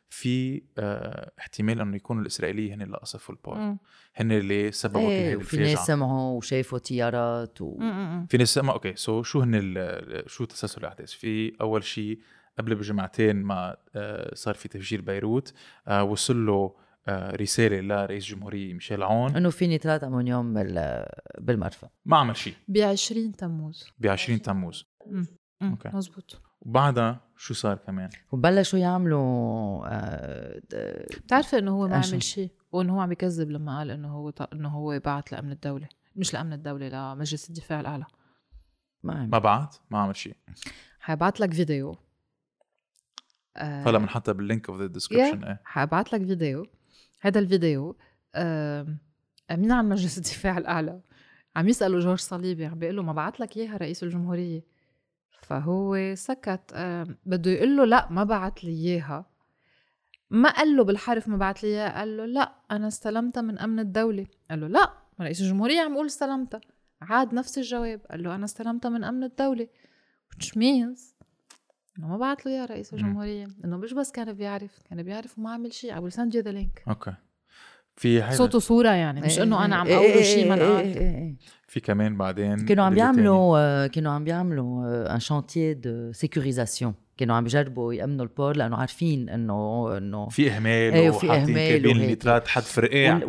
Speaker 3: في احتمال انه يكونوا الاسرائيليين هن اللي قصفوا البار، هن اللي سببوا كل هذه الفجعه.
Speaker 4: في ناس سمعوا وشافوا طيارات
Speaker 3: في ناس سمعوا. اوكي سو شو هن شو تسلسل الاحداث؟ في اول شيء قبل بجمعتين ما صار في تفجير بيروت، وصل له رساله لرئيس الجمهوريه ميشيل عون
Speaker 4: انه في نيترات امونيوم بالمرفأ.
Speaker 3: ما عمل شيء
Speaker 1: ب20 تموز.
Speaker 3: اوكي
Speaker 1: مزبوط.
Speaker 3: وبعدها شو صار كمان؟
Speaker 4: وبلشوا يعملوا
Speaker 1: بتعرف انه هو ما عمل شيء، وانه هو عم يكذب لما قال انه هو بعت لامن الدوله، مش لامن الدوله، لمجلس الدفاع الاعلى.
Speaker 3: ما بعت، ما عمل شيء.
Speaker 1: حيبعت لك فيديو
Speaker 3: هلا بنحطها باللينك اوف ذا ديسكريبشن.
Speaker 1: حبعت لك فيديو. هذا الفيديو مين عن مجلس الدفاع الاعلى عم يسالوا جورج صليبي، عم بيقول له ما بعت لك اياها رئيس الجمهوريه؟ فهو سكت. بده يقول له لا ما بعت لي اياها. ما قال له بالحرف ما بعت لي اياها، قال له لا انا استلمتها من امن الدوله. قال له لا رئيس الجمهوريه عم يقول استلمتها. عاد نفس الجواب، قال له انا استلمتها من امن الدوله، which means انه ما بعت له اياها رئيس الجمهوريه. انه مش بس كان بيعرف وما عمل شيء. I will send you the link.
Speaker 3: اوكي. في هيدا
Speaker 1: صوت وصوره يعني، مش انه انا عم اقول شيء ما قال.
Speaker 3: في كمان بعدين
Speaker 4: كانوا عم بيعملوا ان شانتيي دو سيكوريزاسيون. كانوا عم بيجربوا يأمنوا البور لانه عارفين انه
Speaker 3: في اهمال وحاطين كابين نيترات حد فرقع.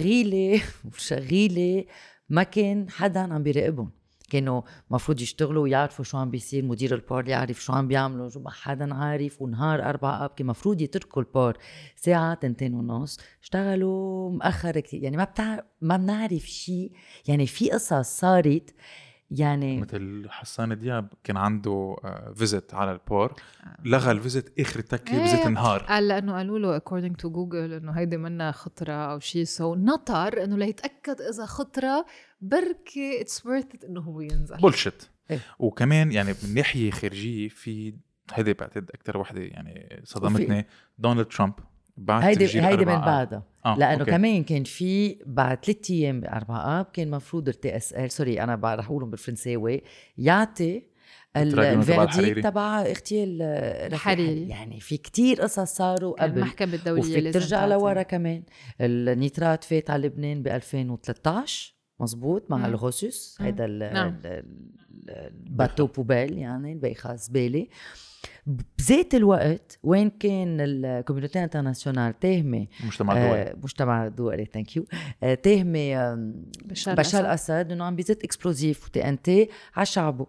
Speaker 4: والشغيله ما كان حدا عم بيراقبهم. كانوا مفروض يشتغلوا ويعرفوا شو عم بيصير. مدير البار يعرف شو عم بيعملوا، ما حدا عارف. ونهار 4 آب كان مفروض يتركوا البار ساعة 2:30. اشتغلوا مأخر كتير. يعني ما بنعرف شيء. يعني في قصص صارت يعني
Speaker 3: مثل حسان دياب كان عنده فيزيت على البور، لغى الفيزيت اخر تكه فيزيت النهار.
Speaker 1: قال لانه قالوا له according to Google انه هيدي منها خطره او شيء. سو نطر انه ليتاكد اذا خطره بركي it's worth it انه هو ينزل.
Speaker 3: بولشت. وكمان يعني من ناحيه خارجيه في هيدي بعتقد اكثر وحده يعني صدمتني، دونالد ترامب
Speaker 4: هيدي من بعدها. لانه
Speaker 3: أوكي.
Speaker 4: كمان كان في بعد 3 ايام ب4 آب كان مفروض الTSL سوري انا رح اقولهم بالفرنساوي يعطي الفيرديك تبع اغتيال الحريري. يعني في كتير قصص صاروا قبل
Speaker 1: المحكمة الدولية
Speaker 4: وفيك ترجع لورا. كمان النيترات فات على لبنان ب2013 مزبوط مع الغوسوس. هيدا الباتو بوبيل يعني البيخة زبالة. بذات الوقت وين كان الكوميونيتي انترناسيونال تهمه مجتمع الدولي تهمه بشار الأسد انه عم بيزت اكسبلوزيف وTNT على شعبه.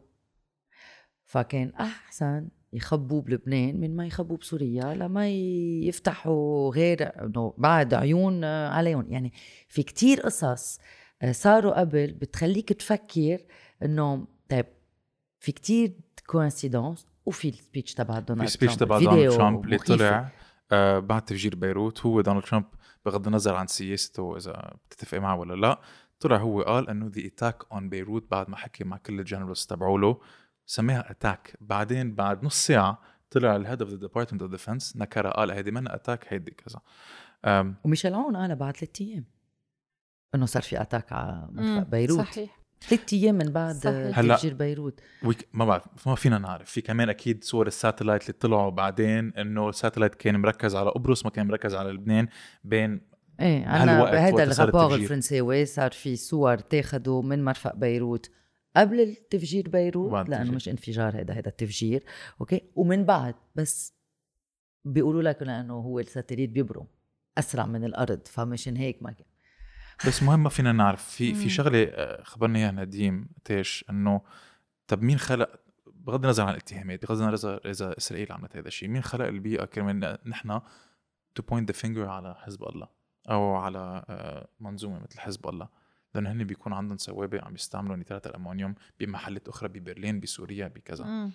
Speaker 4: فكان احسن يخبوه بلبنان من ما يخبوه بسوريا لما يفتحوا غير انه بعد عيون عليهم. يعني في كتير قصص صاروا قبل بتخليك تفكر انه طيب في كتير كوانسيدونس. وفي السبيتش تبع دونالد
Speaker 3: ترامب اللي طلع بعد تفجير بيروت. هو دونالد ترامب بغض النظر عن سياسته إذا بتتفق معه ولا لا، طلع هو قال أنه the attack on بيروت بعد ما حكي مع كل الجنرالز تبعوله سميها attack. بعدين بعد نص ساعة طلع الهيد اوف ذا ديبارتمنت اوف ديفنس نكرة قال هيدي منا اتاك هيدي كذا.
Speaker 4: وميشيل عون قال بعد 3 ايام انه صار في اتاك على مرفأ بيروت.
Speaker 1: صحيح
Speaker 4: 3 ايام من بعد تفجير بيروت.
Speaker 3: ما بعرف، ما فينا نعرف. في كمان اكيد صور الساتلايت اللي طلعوا بعدين انه الساتلايت كان مركز على قبرص ما كان مركز على لبنان. بين
Speaker 4: انا بهذا الغابور الفرنساوي صار في صور تاخدوا من مرفأ بيروت قبل التفجير بيروت لانه مش انفجار هذا التفجير اوكي. ومن بعد بس بيقولوا لك لانه هو الساتلايت بيبرم اسرع من الارض فمشان هيك ما كان.
Speaker 3: بس مهم ما فينا نعرف. في شغله خبرني اياها نديم تيش انه طب مين خلق بغض النظر عن الاتهامات، بغض النظر اذا اسرائيل عملت هذا الشيء، مين خلق البيئه كمان نحن تو بوينت ذا فينجر على حزب الله او على منظومه مثل حزب الله، لانه هن بيكون عندهم سوابق عم يستعملوا نيترات الامونيوم بمحلات اخرى ببرلين بسوريا بكذا.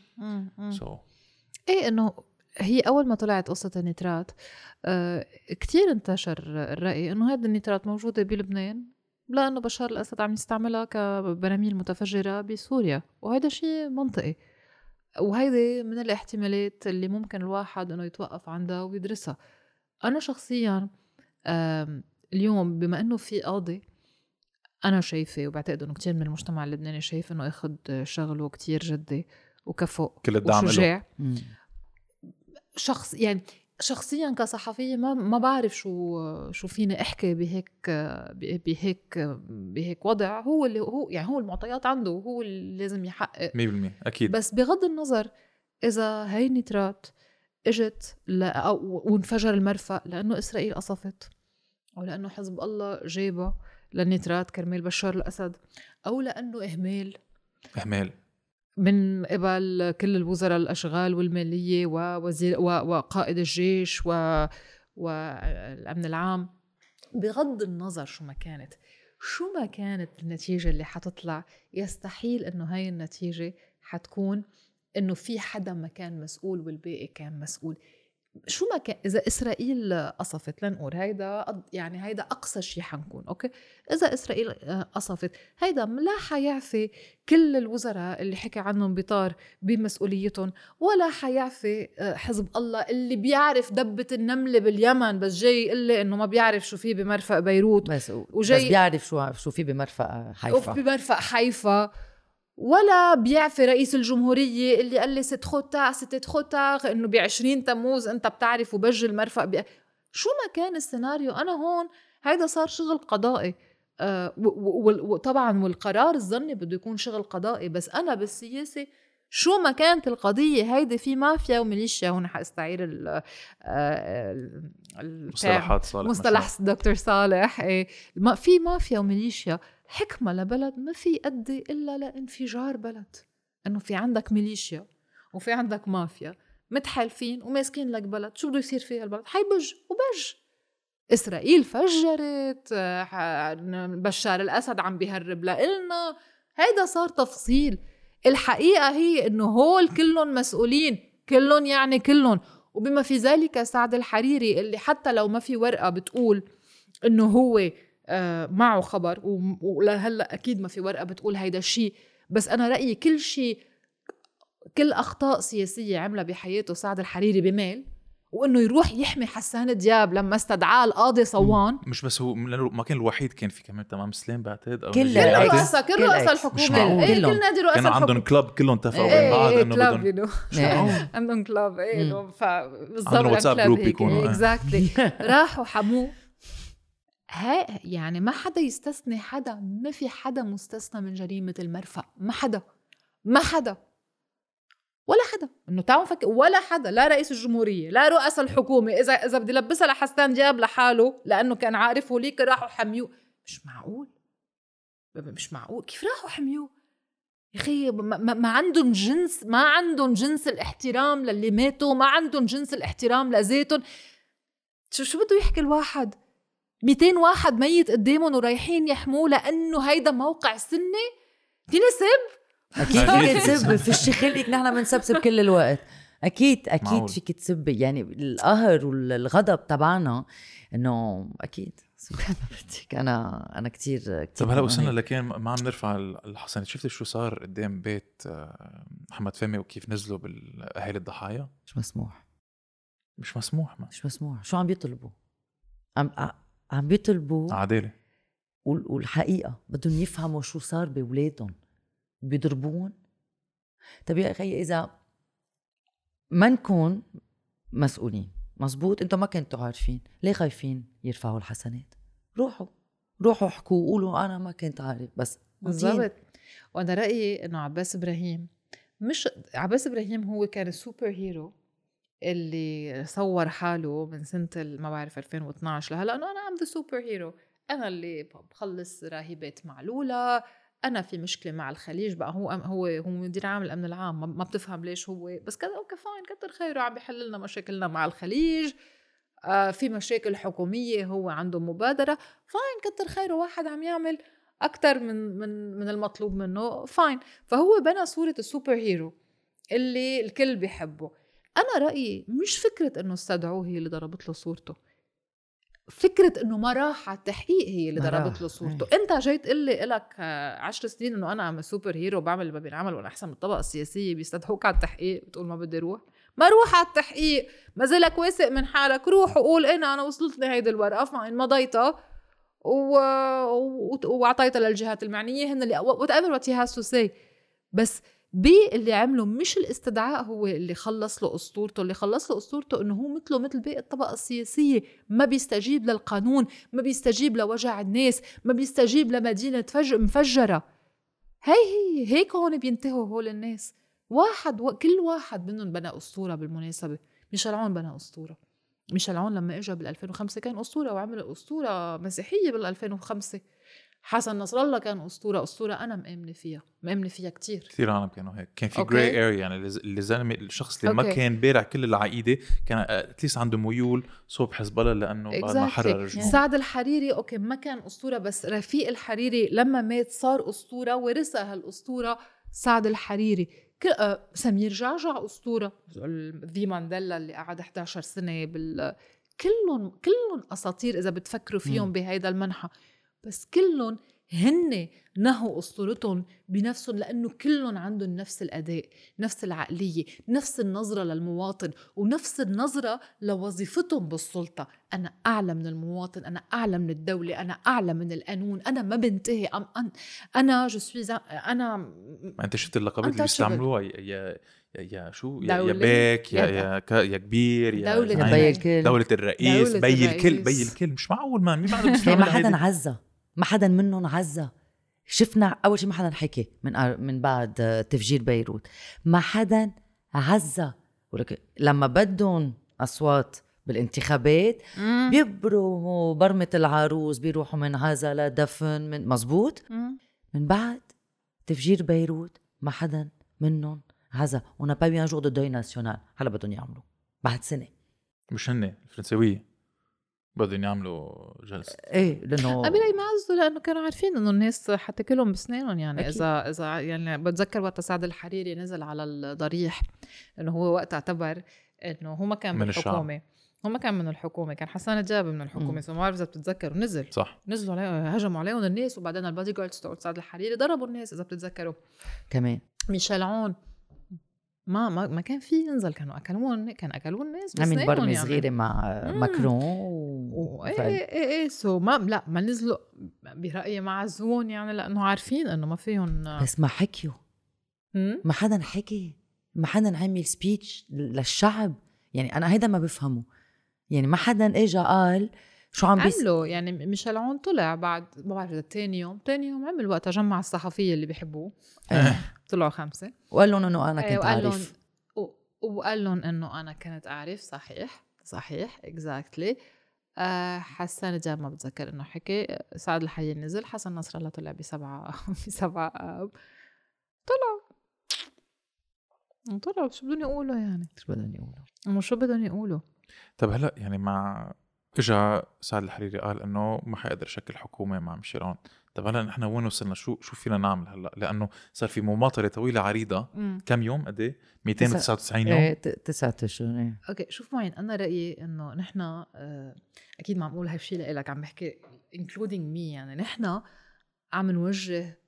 Speaker 1: ايه انه هي أول ما طلعت قصة النيترات كتير انتشر الرأي إنه هذه النيترات موجودة بلبنان لأنه بشار الأسد عم يستعملها كبراميل متفجرة بسوريا، وهذا شيء منطقي، وهيدي من الاحتمالات اللي ممكن الواحد إنه يتوقف عندها ويدرسها. أنا شخصيا اليوم بما إنه في قاضي أنا شايفة وبعتقد إنه كتير من المجتمع اللبناني شايف إنه أخذ شغله كتير جدي وكفؤ وشجاع شخص، يعني شخصيا كصحفية ما بعرف شو فيني احكي بهيك وضع. هو اللي هو المعطيات عنده وهو اللي لازم يحقق
Speaker 3: 100% اكيد.
Speaker 1: بس بغض النظر اذا هاي النترات اجت وانفجر المرفأ لانه اسرائيل قصفت، او لانه حزب الله جايبه للنترات كرمال بشار الاسد، او لانه اهمال من قبل كل الوزراء الأشغال والمالية ووزير وقائد الجيش والأمن العام. بغض النظر شو ما كانت النتيجة اللي حتطلع، يستحيل إنه هاي النتيجة حتكون إنه في حدا ما كان مسؤول والباقي كان مسؤول. شو ما كان، إذا إسرائيل قصفت لنقول هيدا أقصى شيء حنكون أوكي. إذا إسرائيل قصفت هيدا لا حيعفي كل الوزراء اللي حكى عنهم بطار بمسؤوليتهم، ولا حيعفي حزب الله اللي بيعرف دبة النملة باليمن بس جاي يقول لي إنه ما بيعرف شو فيه بمرفأ بيروت
Speaker 4: بس بيعرف شو فيه بمرفأ
Speaker 1: حيفا. ولا بيعفي رئيس الجمهورية اللي قال لي ست خوتاغ إنه ب20 تموز أنت بتعرف وبج المرفأ شو ما كان السيناريو. أنا هون هيدا صار شغل قضائي وطبعا والقرار الظني بده يكون شغل قضائي. بس أنا بالسياسة شو ما كانت القضية هيدي في مافيا وميليشيا. هون حاستعير مصطلح دكتور صالح. في مافيا وميليشيا. حكمة لبلد ما في أدي إلا لانفجار بلد، أنه في عندك ميليشيا وفي عندك مافيا متحالفين وماسكين لك بلد. شو بده يصير فيها البلد؟ حيبج وبج. إسرائيل فجرت، بشار الأسد عم بيهرب لإلنا. هيدا صار تفصيل. الحقيقة هي أنه هول كلهم مسؤولين، كلهم وبما في ذلك سعد الحريري اللي حتى لو ما في ورقة بتقول أنه هو معه خبر، ولهلا أكيد ما في ورقة بتقول هيدا الشيء. بس أنا رأيي كل أخطاء سياسية عملها بحياته سعد الحريري بمال، وإنه يروح يحمي حسان دياب لما استدعاه القاضي صوان.
Speaker 3: مش بس هو ما كان الوحيد، كان في كمان تمام سلام بعتقد، أو
Speaker 1: كل رؤساء الحكومة، كل نادي رؤساء
Speaker 3: كانوا عندهم كلاب كلهم اتفقوا بين بعض إنه بدهم
Speaker 1: عندهم كلاب.
Speaker 3: عندهم واتساب جروب بيكونوا
Speaker 1: exactly. راحوا حموه. يعني ما حدا يستثني حدا. ما في حدا مستثنى من جريمة المرفأ. ما حدا ولا حدا. انه تعالوا نفكر، ولا حدا، لا رئيس الجمهورية لا رؤساء الحكومة. اذا بدي لبسها لحسان دياب لحاله لانه كان عارفه ليك راحوا حميوه. مش معقول كيف راحوا حميوه يا اخي. ما عندهم جنس الاحترام للي ماتوا، ما عندهم جنس الاحترام لذاتهم. شو بده يحكي الواحد؟ 200 واحد ميت قدامهم ورايحين يحموه لأنه هيدا موقع سنة. فيني سب؟
Speaker 4: أكيد تسب. فيش خلقك نحن بنسبسب كل الوقت. أكيد فيك تسب. يعني القهر والغضب تبعنا إنه أكيد سبحان بدك. أنا كتير
Speaker 3: طب هلا وصلنا لكن ما عم نرفع الحصانة. شفت شو صار قدام بيت محمد فهمي وكيف نزلوا بالأهالي الضحايا؟
Speaker 4: مش مسموح.
Speaker 3: مش مسموح.
Speaker 4: شو عم بيطلبوا؟ عم بيطلبوا
Speaker 3: عدالة.
Speaker 4: والحقيقة بدهم يفهموا شو صار بولادهم. بيضربون. طب يا أخي إذا ما نكون مسؤولين مزبوط، انتوا ما كنتوا عارفين، ليه خايفين يرفعوا الحسنات؟ روحوا احكوا وقولوا أنا ما كنت عارف. بس
Speaker 1: بالضبط. وأنا رأيي إنه عباس إبراهيم هو كان السوبر هيرو اللي صور حاله من سنة ما بعرف 2012 لهلا، لأنه أنا ذا سوبر هيرو. أنا اللي بخلص راهبات معلولة، أنا في مشكلة مع الخليج. بقى هو مدير عام الأمن العام، ما بتفهم ليش هو بس كذا. أوكي فاين، كتر خيره عم بيحل لنا مشاكلنا مع الخليج. في مشاكل حكومية هو عنده مبادرة، فاين كتر خيره. واحد عم يعمل أكتر من المطلوب منه، فاين. فهو بنى صورة السوبر هيرو اللي الكل بيحبه. أنا رأيي مش فكرة إنه استدعوه هي اللي ضربت له صورته، فكرة إنه ما راح على التحقيق هي اللي ضربت له صورته. أنت جاي تقول لي إلك 10 سنين إنه أنا عم سوبر هيرو بعمل اللي بينعمل وأنا أحسن من الطبقة السياسية، بيستدعوك على التحقيق بتقول ما بدي روح. ما روح على التحقيق، ما زلك واثق من حالك، روح وقول أنا وصلتني هيدي الورقة فاين، مضيتها وعطيتها للجهات المعنية هن اللي whatever what he has to say. بس باللي عمله مش الاستدعاء هو اللي خلص له أسطورته. اللي خلص له أسطورته إنه هو مثله مثل باقي الطبقة السياسية، ما بيستجيب للقانون، ما بيستجيب لوجع الناس، ما بيستجيب لمدينة مفجرة. هيك هون بينتهوا هول الناس. كل واحد منهم بنى أسطورة. بالمناسبة ميشيل عون بنى أسطورة. ميشيل عون لما اجى بال2005 كان أسطورة، وعمل أسطورة مسيحية بال2005. حسن نصر الله كان أسطورة أنا مأمنة فيها كتير
Speaker 3: عالم كانوا هيك. كان في gray area، يعني اللي زلمة الشخص اللي ما كان بارع كل العقيدة كان اتليست عنده ميول صوب حزب الله، لأنه بعد ما حرر الجنوب.
Speaker 1: سعد الحريري ما كان أسطورة، بس رفيق الحريري لما مات صار أسطورة، ورثها هالأسطورة سعد الحريري. سمير جعجع أسطورة، ذي مانديلا اللي قعد 11 سنة كلهم أساطير إذا بتفكروا فيهم بهيدا المنحى. بس كلهم هن نهوا أسطورتهم بنفسهم، لأنه كلهم عندهم نفس الأداء، نفس العقلية، نفس النظرة للمواطن، ونفس النظرة لوظيفتهم بالسلطة. أنا أعلى من المواطن، أنا أعلى من الدولة، أنا أعلى من القانون، أنا ما بنتهي. أنا
Speaker 3: ما أنت شفت اللقبات اللي بيستعملوها؟ يا شو يا باك يا كبير، يا دولة الرئيس، بي الكل. مش معقول مان، مين بعده
Speaker 4: ما حدا عزة، ما حدا منهم عزة. شفنا أول شيء ما حدا حكي من بعد تفجير بيروت، ما حدا عزة. لما بدهم أصوات بالانتخابات بيبروا برمة العروس، بيروحوا من عزة لدفن من مزبوط. من بعد تفجير بيروت ما حدا منهم عزة. ونا با بيان جور دو دوي ناسيونال هلا بدهم يعملوا بعد سنة.
Speaker 3: مش هن الفرنسوية بدهم يعملوا جلسة؟
Speaker 4: ايه لانه
Speaker 1: قبل ما عزوا، لانه كانوا عارفين انه الناس حتاكلهم بسنانهم. يعني أكيد. اذا يعني بتذكر وقت سعد الحريري نزل على الضريح، انه هو وقت اعتبر انه هو ما كان من الحكومه، هو ما كان من الحكومه، كان حسان الجاب من الحكومه. سو ما بعرف اذا بتتذكروا، نزلوا عليه، هجموا عليهم الناس، وبعدين البادي جاردز تبع سعد الحريري ضربوا الناس اذا بتتذكروا.
Speaker 4: كمان
Speaker 1: ميشيل عون ما كان في ينزل، كانوا اكلوا الناس بس
Speaker 4: عمل برمة يعني صغيره مع ماكرون
Speaker 1: ايه سو ما نزلوا برايي مع زون، يعني لانه عارفين انه ما فيهم.
Speaker 4: بس ما حكيوا، ما حدا حكي، ما حدا عمل سبيتش للشعب. يعني انا هيدا ما بفهمه، يعني ما حدا اجا قال شو عم
Speaker 1: عملوا. يعني ميشيل عون طلع بعد ما بعرف اذا تاني يوم عمل وقت جمع الصحفية اللي بيحبوه طلعوا 5
Speaker 4: وقال لهم انه انا كنت عارف،
Speaker 1: وقال لهم انه انا كنت اعرف. صحيح exactly. حسان الجاب ما بتذكر انه حكي. سعد الحريري نزل، حسن نصر الله طلع بسبعة آب. طلعوا شو بدهم يقولوا؟ يعني شو بدهم يقولوا؟
Speaker 3: طب هلا يعني مع اجا سعد الحريري قال انه ما حيقدر يشكل حكومه مع ميشيل عون. طب هلا نحن وين وصلنا؟ شو فينا نعمل هلا؟ لانه صار في مماطله طويله عريضه. كم يوم؟ قد ايه؟ 299 يوم.
Speaker 4: 9 اشهر.
Speaker 1: اوكي شوف معين، انا رايي انه نحن اكيد ما عم اقول هالشيء لك، عم بحكي including me. يعني نحن عم نوجه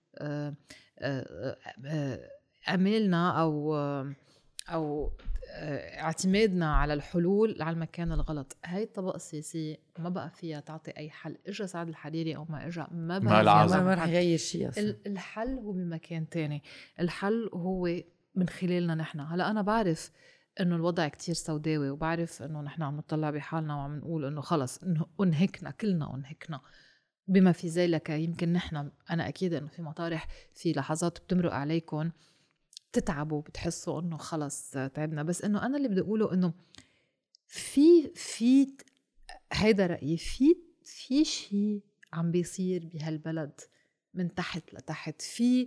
Speaker 1: امالنا او اعتمادنا على الحلول على المكان الغلط. هاي الطبقة السياسية ما بقى فيها تعطي أي حل. إجا سعد الحريري أو ما إجا ما
Speaker 4: رح يغير شيء.
Speaker 1: الحل هو بمكان تاني. الحل هو من خلالنا نحن. هلأ أنا بعرف إنه الوضع كتير سوداوي، وبعرف إنه نحن عم نطلع بحالنا وعم نقول إنه خلص إنه انهكنا كلنا، انهكنا بما في ذلك. يمكن نحن، أنا أكيد إنه في مطارح، في لحظات بتمرق عليكم تتعبوا، بتحسوا انه خلص تعبنا. بس انه انا اللي بدي اقوله انه في هيدا رأيي، في شيء عم بيصير بهالبلد من تحت لتحت.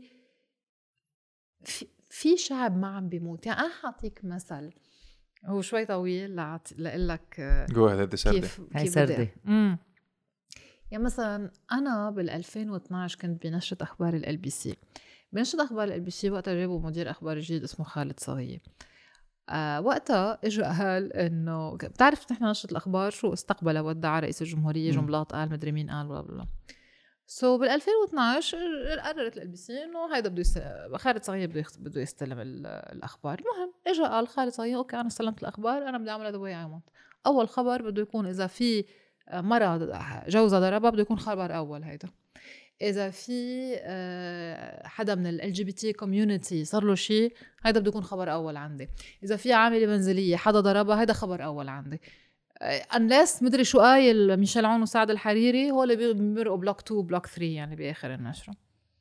Speaker 1: في شعب ما عم بيموت. يعني انا حاعطيك مثل، هو شوي طويل لأقلك كيف
Speaker 4: سردي.
Speaker 1: يعني مثلا انا بال2012 كنت بنشرة اخبار LBC. بنشرة أخبار LBC وقتها جابوا مدير أخبار جديد اسمه خالد صغير. وقتها إجا قال إنه بتعرف نحن نشرة الأخبار شو استقبل ودع رئيس الجمهورية جملات قال مدري مين قال بلا بلا. بال2012 قررت LBC إنه هيدا خالد صغير بده يستلم الأخبار. المهم إجا قال خالد صغير أوكي أنا استلمت الأخبار، أنا بدي أعمل دواء عيموت. أول خبر بده يكون إذا في مرة جوزها ضربها بده يكون خبر أول. هيدا اذا في حدا من ال LGBT community صار له شيء، هيدا بده يكون خبر اول عندي. اذا في عامله منزليه حدا ضربها، هيدا خبر اول عندي. unless مدري شو قايل ميشيل عون وسعد الحريري، هو اللي بيمرقوا بلوك 2 بلوك 3 يعني باخر النشره.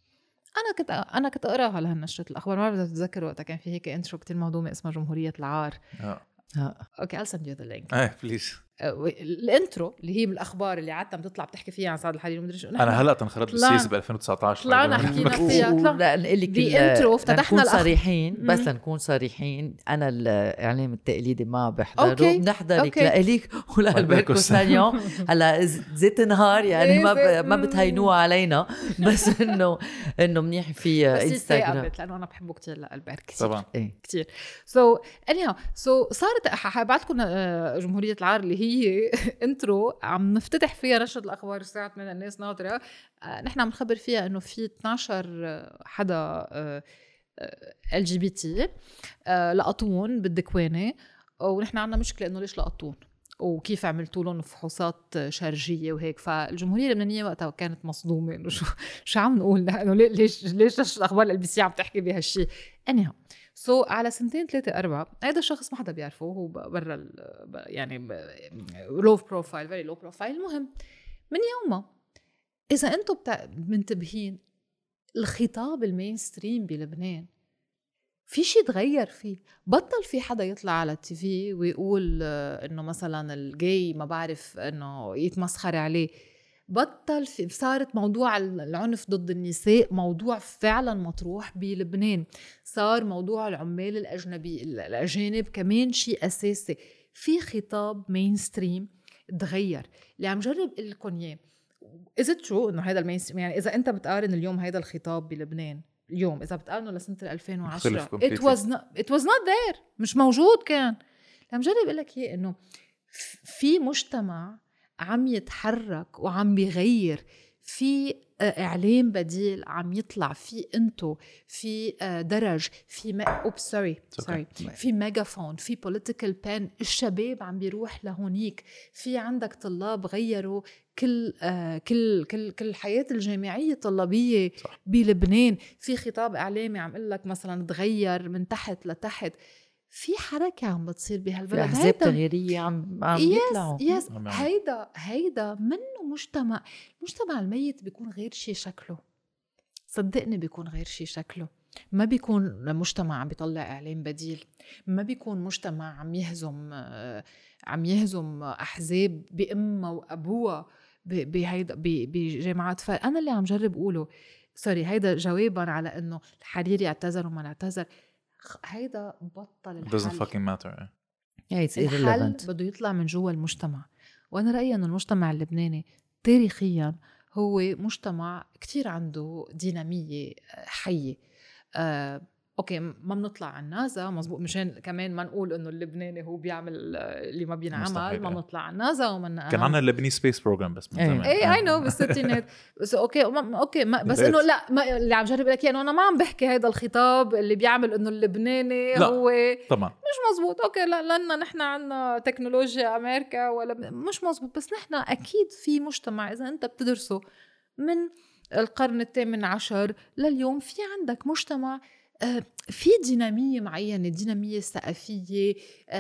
Speaker 1: انا كنت اقراها لهالنشره الاخبار، ما بدي اتذكر وقتها كان في هيك انترو كتير مهضومه اسمها جمهوريه العار. اوكي I'll send you the link.
Speaker 3: بليز.
Speaker 1: الانترو اللي هي بالاخبار اللي عادة بتطلع بتحكي فيها عن سعد الحريري ومدري شو.
Speaker 3: انا هلا تنخرط بالسياسه ب 2019
Speaker 1: طلعنا حكينا فيها.
Speaker 4: الانترو فتحنا صريحين بس لنكون صريحين، انا الاعلام التقليدي ما بحضره، بنحضر لك ولا البركو سانيو. هلا زيت نهار يعني ما بتهينوها علينا، بس انه منيح في انستغرام
Speaker 1: لانه انا بحبه كتير. لا البرك
Speaker 3: طبعا
Speaker 1: كتير. سو صارت حبعتكم جمهوريه العار اللي هي انترو عم نفتتح فيها نشرة الأخبار الساعة من الناس ناطرة. نحن عم نخبر فيها أنه في 12 حدا LGBT لقطون بالدكوانة، ونحن عنا مشكلة أنه ليش لقطون وكيف عملتوا لهم فحوصات شرجية وهيك. فالجمهورية اللبنانية وقتها كانت مصدومة إنه شو عم نقول، إنه ليش الأخبار البي عم تحكي بهالشيء. anyhow على 2 3 4 هيدا الشخص ما حدا بيعرفه، هو برا يعني low profile very low profile. المهم من يومها إذا أنتم منتبهين الخطاب المينستريم بلبنان في شيء تغير فيه. بطل في حدا يطلع على التي في ويقول إنه مثلا الجاي ما بعرف إنه يتمسخر عليه. بطل صارت موضوع العنف ضد النساء موضوع فعلا مطروح بلبنان. صار موضوع العمال الأجانب كمان شيء أساسي. في خطاب مينستريم تغير. اللي عم جرب لكم إياه is it true إنه هذا المينستريم؟ يعني إذا أنت بتقارن اليوم هذا الخطاب بلبنان اليوم، إذا بتقارنه لسنة 2010 it was not there، مش موجود كان. عم جرب أقول لك إيه، إنه في مجتمع عم يتحرك وعم بيغير، في إعلام بديل عم يطلع، في انتو في درج، في في ميجافون، في political pen. الشباب عم بيروح لهونيك. في عندك طلاب غيروا كل حياة الجامعية الطلابية بلبنان. في خطاب إعلامي عم قل لك مثلا تغير من تحت لتحت. في حركة عم بتصير بهالبلد،
Speaker 4: أحزاب تغييرية عم يطلعوا.
Speaker 1: هيدا منه مجتمع الميت بيكون غير شي شكله. صدقني بيكون غير شي شكله. ما بيكون مجتمع عم بيطلع إعلام بديل. ما بيكون مجتمع عم يهزم أحزاب بأمها وأبوها بجامعات. فأنا اللي عم جرب أقوله هيدا جوابا على إنه الحريري اعتذر وما اعتذر. هيدا بطل الحل.
Speaker 3: doesn't fucking matter.
Speaker 1: الحل بده يطلع من جوا المجتمع. وأنا رأيي أنه المجتمع اللبناني تاريخيا هو مجتمع كتير عنده دينامية حية. اوكي ما بنطلع عن نازا مزبوط، مشان كمان ما نقول انه اللبناني هو بيعمل اللي ما بينعمل. ما بنطلع عن نازا ومن
Speaker 3: كان عنا اللبناني سبيس بروجرام بس من زمان.
Speaker 1: اي نو بالستينات. بس اوكي بس انه لا اللي عم جرب لك انه انا ما عم بحكي هذا الخطاب اللي بيعمل انه اللبناني
Speaker 3: لا.
Speaker 1: هو
Speaker 3: طبعا
Speaker 1: مش مزبوط. اوكي لا لنا نحن عنا تكنولوجيا امريكا ولا مش مزبوط. بس نحن اكيد في مجتمع اذا انت بتدرسه من القرن 18 لليوم، في عندك مجتمع في دينامية معينة، دينامية ثقافية،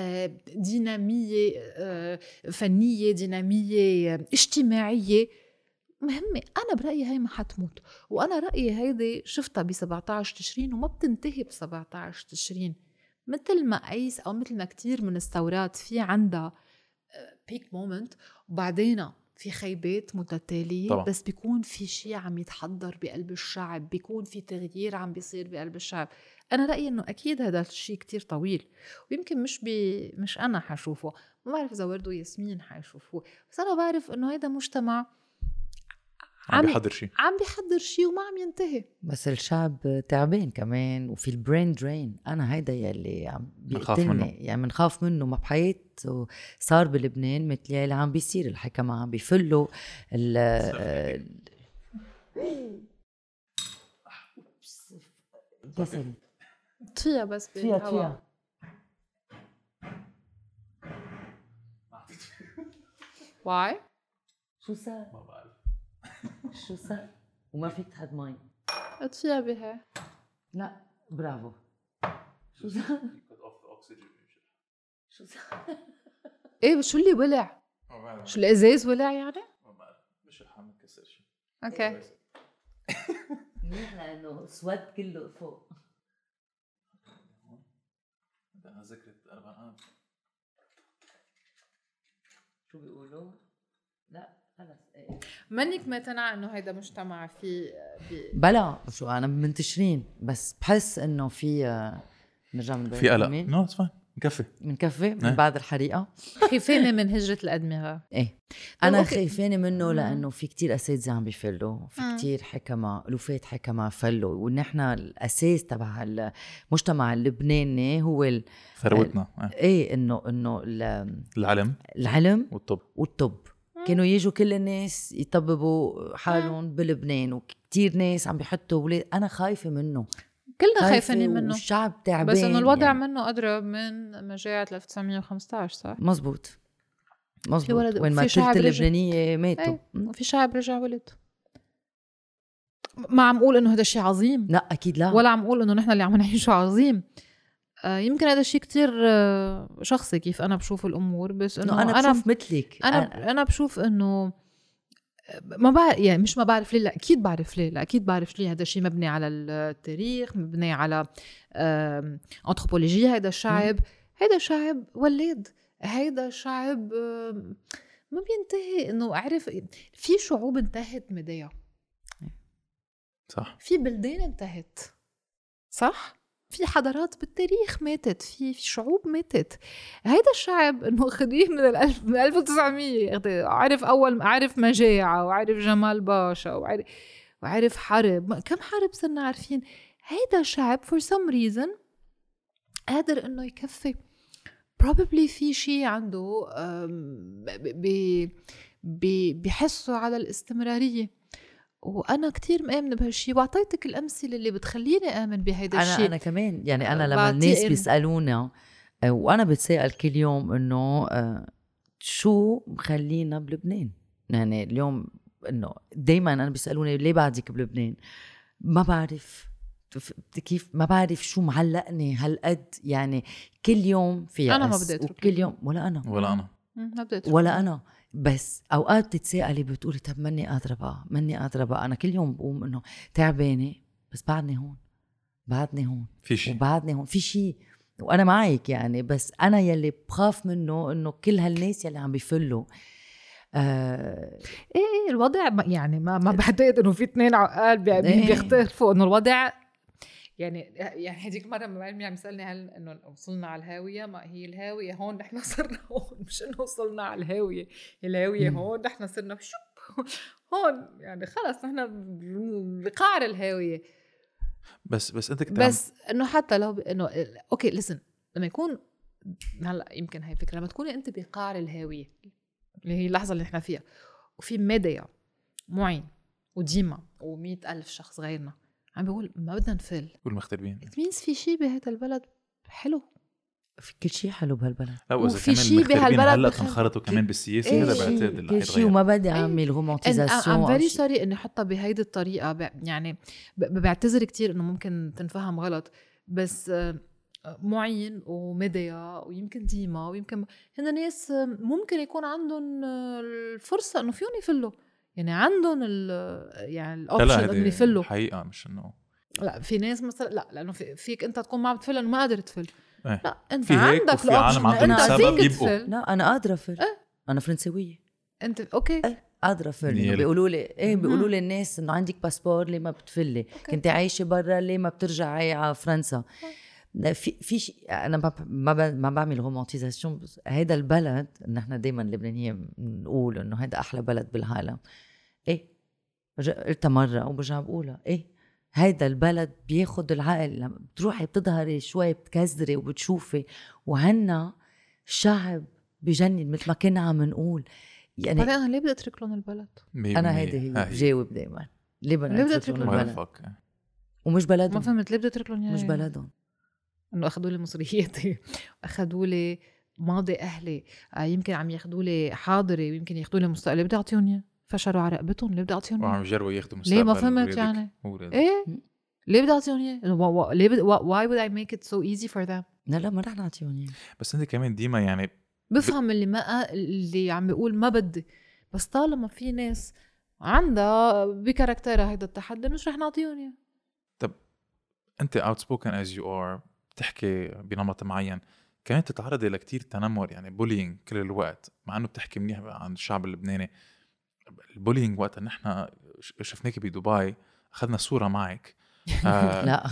Speaker 1: دينامية فنية، دينامية اجتماعية مهمة. أنا برأيي هاي ما حتموت. وأنا رأيي هيدي شفتها ب17 تشرين وما بتنتهي ب17 تشرين. مثل ما أيس أو مثل ما كتير من الثورات في عندها بيك مومنت وبعدين في خيبات متتالية طبعا. بس بيكون في شيء عم يتحضر بقلب الشعب، بيكون في تغيير عم بيصير بقلب الشعب. أنا رأيي إنه أكيد هذا الشيء كتير طويل، ويمكن مش أنا حشوفه، ما بعرف إذا وردوا ياسمين حيشوفوه، بس أنا بعرف إنه هذا مجتمع
Speaker 3: عم بيحضر شيء
Speaker 1: وما عم ينتهي.
Speaker 4: بس الشعب تعبان كمان وفي البرين درين. أنا هيدا يلي عم بيقتلني، يعني منخاف منه. ما بحياته صار بلبنان مثل يلي عم بيصير الحكمة عم بيفلوا
Speaker 1: فيها بس
Speaker 4: فيها
Speaker 1: واي
Speaker 4: شو صار؟
Speaker 3: ما بعرف
Speaker 4: شو صار؟ وما فيك تحط مي.
Speaker 1: اطفيها بها.
Speaker 4: لا برافو. شو
Speaker 1: ايه شو اللي ولع؟ شو الازاز ولع يعني؟
Speaker 3: ما بعرف مش الحام مكسر شيء.
Speaker 1: اوكي.
Speaker 4: منيح لانه سود كله فوق.
Speaker 3: انا ذكرت انا
Speaker 4: شو بيقولوا؟ لا خلص.
Speaker 1: منك مقتنعة انه هيدا مجتمع في
Speaker 4: بلا شو انا منتشرين بس بحس انه في نرجع من
Speaker 3: في قلق. نو اتس فاين
Speaker 4: منكفي من بعد الحريقه.
Speaker 1: خايفانه من هجرة الأدمغة.
Speaker 4: ايه انا خايفانه منه لانه في كتير اساتذه عم بيفلوا، في كتير حكماء الوفات حكماء فلوا، ونحن الاساس تبع المجتمع اللبناني هو
Speaker 3: ثروتنا.
Speaker 4: ايه انه العلم والطب. كانوا يجوا كل الناس يطببوا حالهم بلبنان، وكتير ناس عم بيحطوا اولاد. انا خايفه منه،
Speaker 1: كلنا خايفين منه،
Speaker 4: والشعب تعبان.
Speaker 1: بس انه الوضع يعني منه اضرب من مجاعة 1915 صح؟
Speaker 4: مزبوط وين ما تلت اللبنانية ماتوا.
Speaker 1: وفي شعب رجع ولد. ما عم اقول انه هذا الشيء عظيم،
Speaker 4: لا اكيد لا،
Speaker 1: ولا عم اقول انه نحن اللي عم نعيشه عظيم. يمكن هذا الشيء كتير شخصي كيف انا بشوف الامور، بس انه
Speaker 4: انا بشوف مثلك.
Speaker 1: انا بشوف انه ما بعرف، يعني مش ما بعرف ليه، لا اكيد بعرف ليه، لا اكيد بعرف ليه. هذا الشيء مبني على التاريخ، مبني على انثروبولوجيا. هذا الشعب ولد، هيدا شعب ما بينتهي. انه اعرف في شعوب انتهت مديا
Speaker 3: صح،
Speaker 1: في بلدان انتهت صح، في حضارات بالتاريخ ماتت، في شعوب ماتت. هيدا الشعب انه خديه من 1900 عارف مجاعة، وعارف جمال باشا، وعارف حرب. كم حرب صرنا عارفين. هيدا الشعب for some reason قادر انه يكفي. probably في شيء عنده بيحسوا على الاستمرارية، وأنا كتير مآمنة بهالشي، وعطيتك الأمثلة اللي بتخليني آمن بهيدا الشيء.
Speaker 4: أنا كمان يعني أنا لما الناس بيسألونا وأنا بتسأل كل يوم إنه شو مخلينا بلبنان. يعني اليوم إنه دايما أنا بيسألوني ليه بعدك بلبنان، ما بعرف كيف، ما بعرف شو معلقني هالقد. يعني كل يوم في
Speaker 1: أنا ما بدي أترك
Speaker 4: كل يوم ولا أنا
Speaker 1: ما بدي أترك
Speaker 4: ولا أنا. بس أوقات بتتساءلي بتقولي طب ماني قادرة بقى. أنا كل يوم بقوم إنه تعبانة، بس بعدني هون
Speaker 3: في شيء،
Speaker 4: وبعدني هون في شيء، وأنا معك يعني. بس أنا يلي بخاف منه إنه كل هالناس يلي عم بيفلوا
Speaker 1: إيه الوضع يعني ما بعتقد إنه في اثنين عقال بيختلفوا إنه الوضع يعني هديك مرة معلمي عم يسألني هل إنه وصلنا على الهاوية. ما هي الهاوية هون، نحن صرنا هون، مش إنه وصلنا على الهاوية. الهاوية هون، نحن صرنا هون. يعني خلص نحن بقعر الهاوية.
Speaker 3: بس أنت
Speaker 1: بس إنه حتى لو إنه أوكي لسن، لما يكون هلا يمكن هاي فكرة، لما تكوني أنت بقعر الهاوية اللي هي اللحظة اللي نحن فيها، وفي ميديا معين وديما و100,000 شخص غيرنا عم بيقول ما بدنا نفل
Speaker 3: والمغتربين،
Speaker 1: في شيء بهذا البلد حلو.
Speaker 4: في كل شيء حلو بهالبلد.
Speaker 3: لا وإذا كمان المغتربين هلا تنخرطوا كمان بالسياسة، هذا بعتقد اللي
Speaker 4: كل شيء. وما بدي أعمل رومانتيزاسيون.
Speaker 1: I'm very sorry إني حطها بهيدي الطريقة. يعني بعتذر كتير إنه ممكن تنفهم غلط، بس معين وميديا ويمكن ديما ويمكن هن ناس ممكن يكون عندهم الفرصة إنه فيهم يفلوا، يعني عندهم يعني الأوبشن إنه يفلوا
Speaker 3: حقيقة. مش إنه
Speaker 1: لا في ناس مثلا لا لأنه فيك أنت تكون ما بتفل إنه ما قادر تفل. لا أنت
Speaker 3: في
Speaker 1: عندك
Speaker 3: الأوبشن،
Speaker 1: أنت فيك تفل.
Speaker 4: لا أنا قادرة أفل. أنا فرنسوية.
Speaker 1: أنت أوكي
Speaker 4: قادرة أفل. بيقولوا لي بيقولوا لي الناس إنه عندك باسبور ليه ما بتفلي، كنت عايشة برا ليه ما بترجعي على فرنسا. في شيء انا ما بعمل رومانتيزاسيون. هيدا البلد نحن دائما اللبنانيين بنقول انه هيدا احلى بلد بالعالم. ايه قلتها مره وبرجع بقولها. ايه هيدا البلد بياخد العقل. لما بتروحي بتظهري شوي بتكزري وبتشوفي، وهنا شعب بجنن مثل ما كنا عم نقول. يعني
Speaker 1: بعدين انا ليه بدي اترك لهم البلد؟
Speaker 4: انا هيدي هي بجاوب دائما ليه بدي اترك لهم البلد ومش بلدهم.
Speaker 1: ما فهمت ليه بدي اترك لهم
Speaker 4: مش بلدهم.
Speaker 1: انه اخذوا لي مصرياتي، اخذوا لي ماضي اهلي، يمكن عم ياخذوا لي حاضري، ويمكن ياخذوا لي مستقبلي، بدي اعطيهم اياه. فشلوا على رقبتهم، ليه بدي اعطيهم
Speaker 3: وعم يجربوا ياخذوا مستقبل
Speaker 1: ليه؟ ما فهمت يعني ايه ليه بدي اعطيهم ليه why would I make it so easy for them؟
Speaker 4: لا ما رح نعطيهم
Speaker 3: بس انت كمان ديما يعني
Speaker 1: بفهم اللي عم بيقول ما بدي، بس طالما في ناس عندها بكاركترها هيدا التحدي مش رح نعطيهم اياه.
Speaker 3: طب انت outspoken as you are بتحكي بنمط معين، كانت تتعرضي لكتير تنمر يعني بولينج كل الوقت، مع انه بتحكي منيح عن الشعب اللبناني. البولينج وقت ان احنا شفناك بدبي اخذنا صورة معك
Speaker 4: لا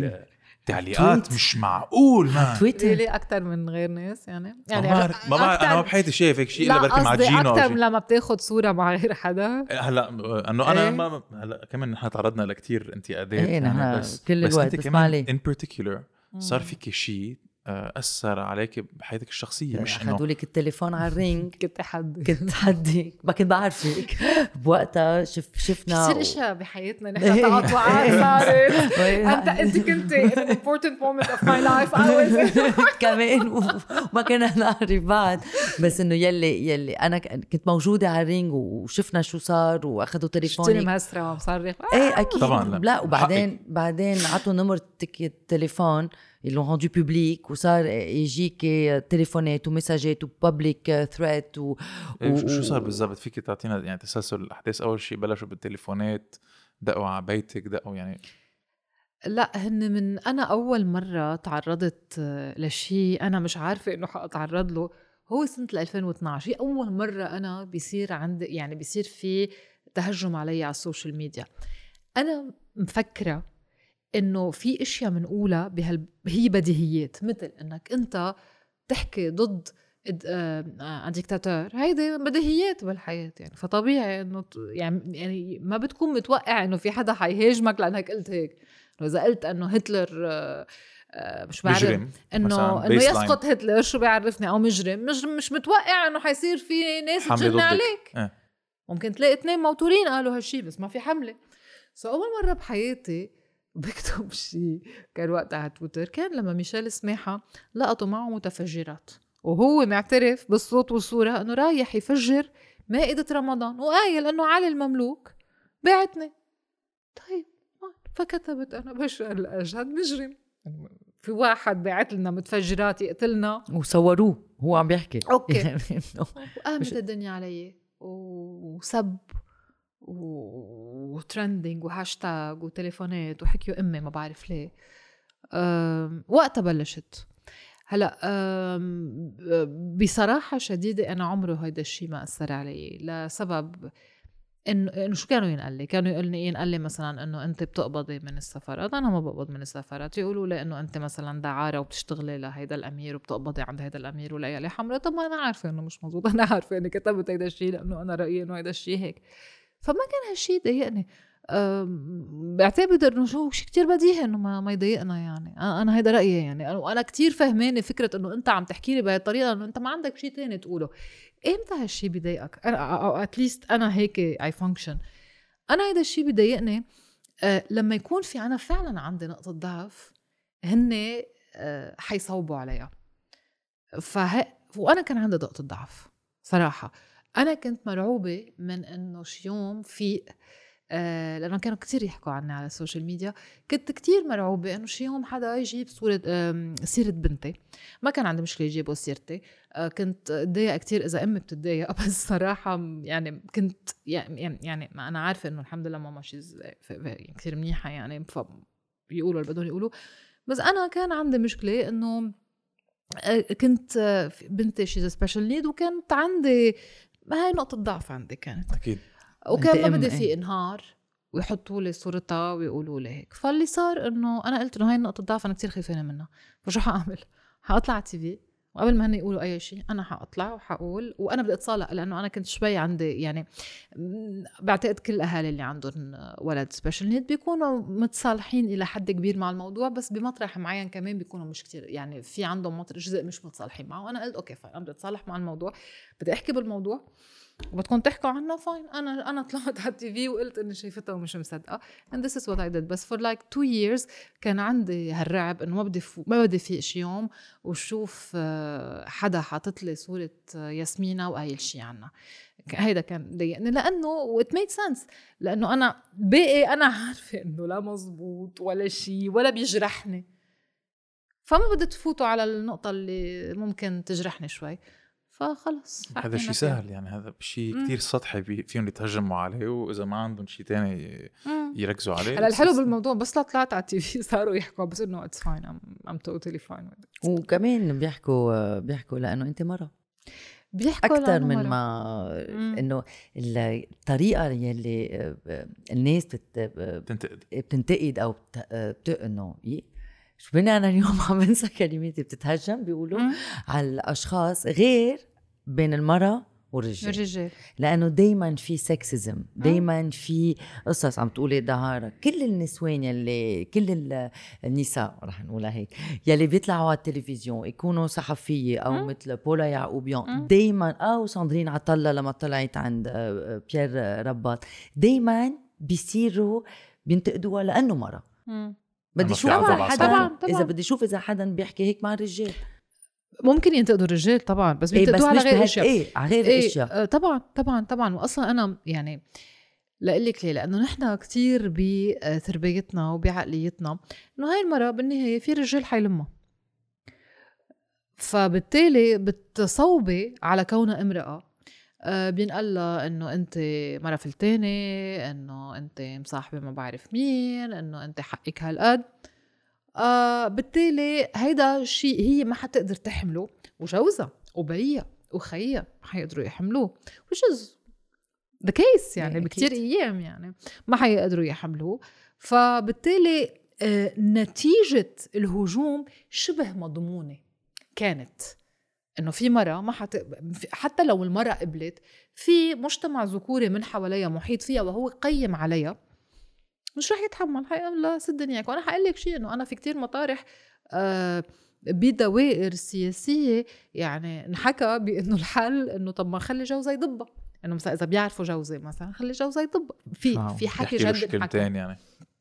Speaker 3: التعليقات مش معقول ما
Speaker 4: تويتر
Speaker 1: ليه اكتر من غير ناس يعني
Speaker 3: ما بعرف انا ما بحياتي شايف هيك شيء الا بركي مع جينو
Speaker 1: اكثر لما بتاخد صورة مع غير حدا.
Speaker 3: هلا انه انا ما هلا كمان نحن تعرضنا لكتير انتقادات
Speaker 4: يعني
Speaker 3: بس
Speaker 4: كل الوقت
Speaker 3: بس كمان in particular صار فيك شيء أثر عليك بحياتك الشخصية، مش إنه
Speaker 4: أخذوا لك التليفون على الرينج.
Speaker 1: كنت
Speaker 4: تحدي ما كنت بعرفك بوقتها. شفنا
Speaker 1: كثير اشياء بحياتنا نحن تقاطعات صارت. انت كنت an important moment of my life
Speaker 4: كمان وما كنا نعرف بعد، بس انه يلي انا كنت موجوده على الرينج وشفنا شو صار واخذوا تليفوني
Speaker 1: شتري مسرة ومصرخ
Speaker 4: ايه اكيد
Speaker 3: طبعا
Speaker 4: لا وبعدين عطوا نمرتك التليفون اللي هو rendu public وصار يجيك تليفونات ومساجات وبابليك ثريت
Speaker 3: شو صار بالضبط؟ فيك تعطينا يعني تسلسل الاحداث؟ اول شيء بلشوا بالتليفونات، دقوا على بيتك، دقوا يعني
Speaker 1: لا هن من انا اول مره تعرضت لشيء انا مش عارفه انه حاتعرض له هو سنه 2012. هي اول مره انا بيصير عندي يعني بيصير في تهجم علي على السوشيال ميديا. انا مفكره انه في اشياء منقولها هي بديهيات، مثل انك انت تحكي ضد ديكتاتور، هيدي بديهيات بالحياه يعني. فطبيعي انه يعني ما بتكون متوقع انه في حدا حيهاجمك لانك قلت هيك. اذا قلت انه هتلر مش بعرف انه يسقط هتلر، شو بيعرفني، او مجرم، مش متوقع انه حيصير في ناس تجن عليك. ممكن تلاقي 2 موتورين قالوا هالشي بس ما في حمله. اول مره بحياتي بكتب شيء كان وقتها على تويتر، كان لما ميشيل سماحة لقطوا معه متفجرات وهو معترف بالصوت والصورة انه رايح يفجر مائدة رمضان، وقايل انه علي المملوك بعتني. طيب فكتبت انا بشر الاشهد مجرم، في واحد بعت لنا متفجرات يقتلنا
Speaker 4: وصوروه هو عم بيحكي
Speaker 1: اوكي وقامت الدنيا علي وسب وترندينج وهاشتاج وتليفونات وحكيوا امي ما بعرف ليه. وقتها بلشت. هلا بصراحه شديده انا عمره هيدا الشيء ما اثر علي، لسبب انه شو كانوا ينقل لي مثلا انه انت بتقبضي من السفارات. انا ما بقبض من السفارات. يقولوا لي انه انت مثلا دعاره وبتشتغلي لهيدا الامير وبتقبضي عند هيدا الامير وليالي حمراء. طب ما انا عارفه انه مش مزبوط، انا عارفه اني كتبت هيدا الشيء لانه انا رايي انه هيدا الشيء هيك. فما كان هالشي يضايقني. بعتبر انه شيء كتير بديهي انه ما يضايقنا يعني. انا هيدا رايي يعني. وانا كتير فهمانه فكره انه انت عم تحكي لي بهي الطريقه انه انت ما عندك شيء تاني تقوله. امتى هالشي بيضايقك؟ انا اتليست انا هيك اي فانكشن. انا هيدا الشيء بيضايقني لما يكون في انا فعلا عندي نقطه ضعف هن حيصوبوا عليها. وانا كان عندي نقطه ضعف صراحه. أنا كنت مرعوبة من إنه يوم في لأنه كانوا كتير يحكوا عني على السوشيال ميديا. كنت كتير مرعوبة إنه يوم حدا يجيب سيرة بنتي. ما كان عندي مشكلة يجيبوا سيرتي. كنت اتضايق كتير إذا أمي بتتضايق، بس صراحة يعني كنت يعني ما أنا عارفة إنه الحمد لله ماما كتير منيحة يعني، فبيقولوا اللي بدهم يقولوا. بس أنا كان عندي مشكلة إنه كنت بنتي she's a special need، وكانت عندي هاي نقطة ضعف عندي كانت
Speaker 3: أكيد.
Speaker 1: وكان ما بدي في انهار ويحطوا لي صورتها ويقولوا لي هيك. فاللي صار انه انا قلت انه هاي نقطة ضعف انا كتير خايفة منها. فشو حاعمل؟ حاطلع على التي في، وقبل ما هن يقولوا اي شيء انا حاطلع وحقول. وانا بدي اتصالح لانه انا كنت شوي عندي يعني بعتقد كل الاهالي اللي عندهم ولد سبيشال نيد بيكونوا متصالحين الى حد كبير مع الموضوع، بس بمطرح معين كمان بيكونوا مش كتير يعني في عندهم جزء مش متصالحين معه. وانا قلت اوكي فانا بدي اتصالح مع الموضوع، بدي احكي بالموضوع. وبتكون تحكوا عنه فاين. انا طلعت على التي في وقلت اني شايفتها ومش مصدقه and this is what I did. بس for like 2 years كان عندي هالرعب انه ما بدي في شي يوم وشوف حدا حاطط لي صوره ياسمينة وقايل شي عنها. هيدا كان ضايقني لانه it made sense، لانه انا باقي انا عارفه انه لا مزبوط ولا شي ولا بيجرحني، فما بدي تفوتوا على النقطه اللي ممكن تجرحني شوي. فخلص
Speaker 3: هذا شيء سهل يعني، هذا شيء كتير سطحي فيهم يتهجموا عليه، وإذا ما عندهم شيء تاني يركزوا عليه.
Speaker 1: هلا الحلو بالموضوع بس طلعت على التي في صاروا يحكوا بس إنه it's fine I'm totally fine with it.
Speaker 4: وكمان بيحكوا لأنه أنت مرة، بيحكوا أكتر من ما إنه الطريقة يلي الناس بتنتقد أو إنه شو بني أنا اليوم عم بنسى كلماتي بتتهجم بيقولوا على الأشخاص غير بين المرأة والرجال، لأنه دايما في سكسيزم، دايما في قصص عم تقولي دهارة. كل النسوان يلي كل النساء رح نقولها هيك يلي بيطلعوا على التلفزيون يكونوا صحفية أو مثل بولا يعقوبيان دايما، أو ساندرين عطلة لما طلعت عند بيير رباط، دايما بيصيروا بينتقدوها لأنه مرة. بدي شوف طبعا إذا بدي شوف إذا حدا بيحكي هيك مع الرجال
Speaker 1: ممكن ينتقدوا الرجال طبعا، بس بينتقدوا على غير اشياء.
Speaker 4: على غير اشياء
Speaker 1: طبعا. واصلا انا يعني لقلك ليه، لانه نحن كتير بتربيتنا وبعقليتنا انه هاي المرأة بالنهاية في رجال حيلمها، فبالتالي بتصوبي على كونها امرأة بينقال لها انه انت مرة فلتانة، انه انت مصاحبة ما بعرف مين، انه انت حقك هالقد. بالتالي هيدا الشيء هي ما حتقدر تحمله، وجوزها وبيها وخيها ما حيقدروا يحملوه، which is the case يعني بكتير ايام يعني ما حيقدروا يحملوه. فبالتالي نتيجة الهجوم شبه مضمونة كانت انه في مرة ما حتى لو المرأة قبلت في مجتمع ذكوري من حواليها محيط فيها وهو قيم عليها، مش رح يتحمل، حيقول لا سد دنياك. وانا حقول لك شيء انه انا في كتير مطارح بدوائر سياسيه يعني انحكى بانه الحل انه طب ما نخلي جوزها يضبها، انه مثلا اذا بيعرفوا جوزي مثلا خلي جوزها يضبها. في حكي جد انحكى
Speaker 3: يعني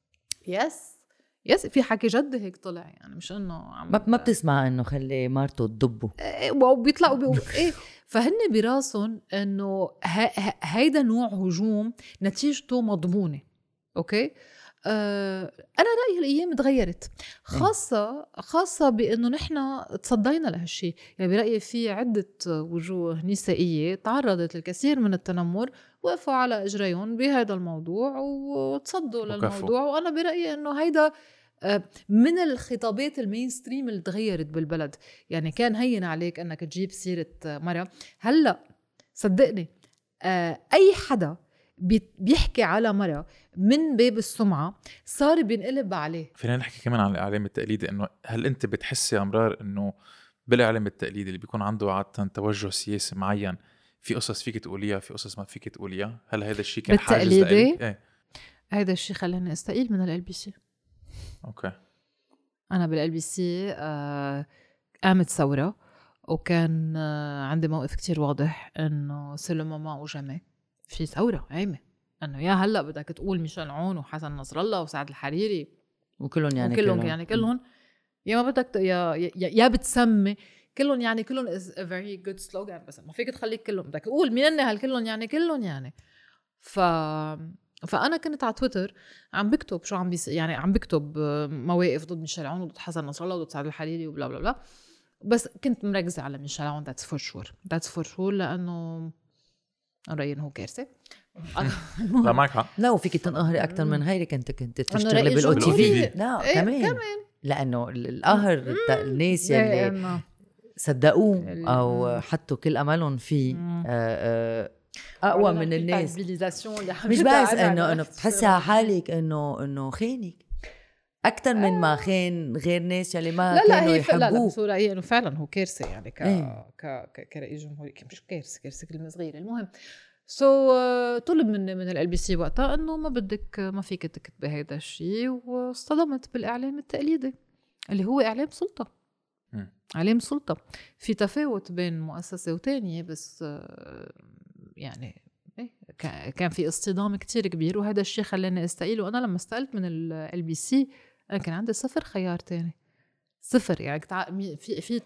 Speaker 1: يس في حكي جد هيك طلع يعني، مش انه
Speaker 4: ما بتسمع انه خلي مرته تضبه
Speaker 1: وبيطلعوا بيقولوا ايه. فهن براسهم انه هيدا نوع هجوم نتيجته مضمونه. اوكي انا رايي الايام تغيرت، خاصه بانه نحن تصدينا لهالشيء. يعني برايي في عده وجوه نسائيه تعرضت للكثير من التنمر وقفوا على اجريهم بهذا الموضوع وتصدوا للموضوع. وانا برايي انه هيدا من الخطابات المينستريم اللي تغيرت بالبلد. يعني كان هين عليك انك تجيب سيره مرة، هلا صدقني اي حدا بيحكي على مرة من باب السمعة صار بينقلب عليه.
Speaker 3: فينا نحكي كمان عن الإعلام التقليدي، إنه هل أنت بتحسي يا أمرار إنه بالإعلام التقليدي اللي بيكون عنده عادة توجه سياسي معين في قصص فيك تقوليها، في قصص ما فيك تقوليها، هل هذا الشيء كان حاجز لإلك؟
Speaker 1: ايه هذا الشيء خلاني استقيل من الLBC.
Speaker 3: أوكي
Speaker 1: أنا بالLBC قامت ثورة، وكان عندي موقف كتير واضح إنه سلمة ما وجمع في ثورة قايمة، انه يا هلا بدك تقول ميشيل عون وحسن نصر الله وسعد الحريري
Speaker 4: وكلهم يعني
Speaker 1: كلهم يا ما بدك يا بتسمي كلهم يعني كلهم is a very good slogan، بس ما فيك تخليك كلهم، بدك تقول مين هالكلهم يعني فانا كنت على تويتر عم بكتب شو يعني عم بكتب مواقف ضد ميشيل عون وضد حسن نصر الله وضد سعد الحريري وبلا بلا بلا، بس كنت مركزة على ميشيل عون that's for sure لانه رأيي إنه هو كارثة.
Speaker 3: لا معك حق،
Speaker 4: لا وفيك تنقهري أكتر من غيرك، أنت كنت تشتغلي بالOTV. لا كمان لأنه القهر الناس يلي صدقوه أو حطوا كل أملهم فيه أقوى من الناس. مش بس إنه بتحسي على حالك إنه خانك أكتر من ما خان غير ناس يلي ما كانوا يحبوه.
Speaker 1: لا رأيي إنه فعلا هو كارثة يعني كرئيس جمهوري، مش كارثة كلمة صغيرة. المهم طلب مني من الLBC وقتها انه ما فيك تكتبي هيدا الشيء، واصطدمت بالاعلام التقليدي اللي هو اعلام سلطة. اعلام سلطة في تفاوت بين مؤسسة وتانية، بس يعني كان في اصطدام كتير كبير، وهذا الشيء خلاني استقيل. وانا لما استقلت من LBC انا كان عندي 0 خيار تاني، 0. يعني في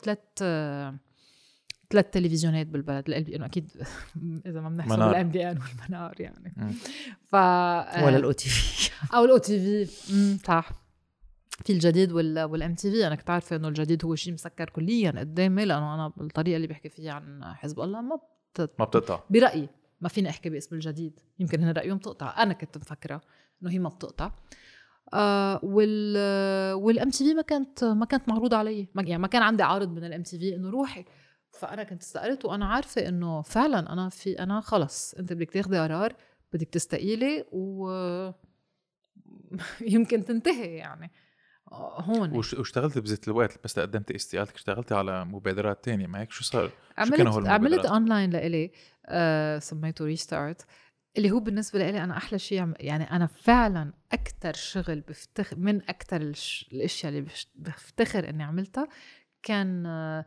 Speaker 1: 3 تلفزيونات بالبلد، انه اكيد اذا ما بنحسب الMBN والمنار يعني
Speaker 4: ولا الOTV
Speaker 1: او الOTV صح. في الجديد والMTV. انا كنت عارفه انه الجديد هو شيء مسكر كليا قدامي، لانه انا بالطريقه اللي بحكي فيها عن حزب الله ما
Speaker 3: بتقطع.
Speaker 1: برأيي ما فيني احكي باسم الجديد، يمكن هن رأيهم تقطع، انا كنت مفكره انه هي ما بتقطع. والMTV ما كانت معروضه علي، يعني ما كان عندي عارض من الMTV انه روحي. فانا كنت استقلت وانا عارفه انه فعلا انا خلص انت بدك تاخدي قرار، بدك تستقيلي يمكن تنتهي يعني هون.
Speaker 3: واشتغلت بذات الوقت بس قدمت استقالتك اشتغلتي على مبادرات تانية، ما هيك؟ شو صار؟
Speaker 1: عملت اونلاين لإلي سميته ريستارت، اللي هو بالنسبه لإلي انا احلى شيء. يعني انا فعلا اكتر شغل بفتخر، من اكتر الاشياء اللي بفتخر اني عملتها كان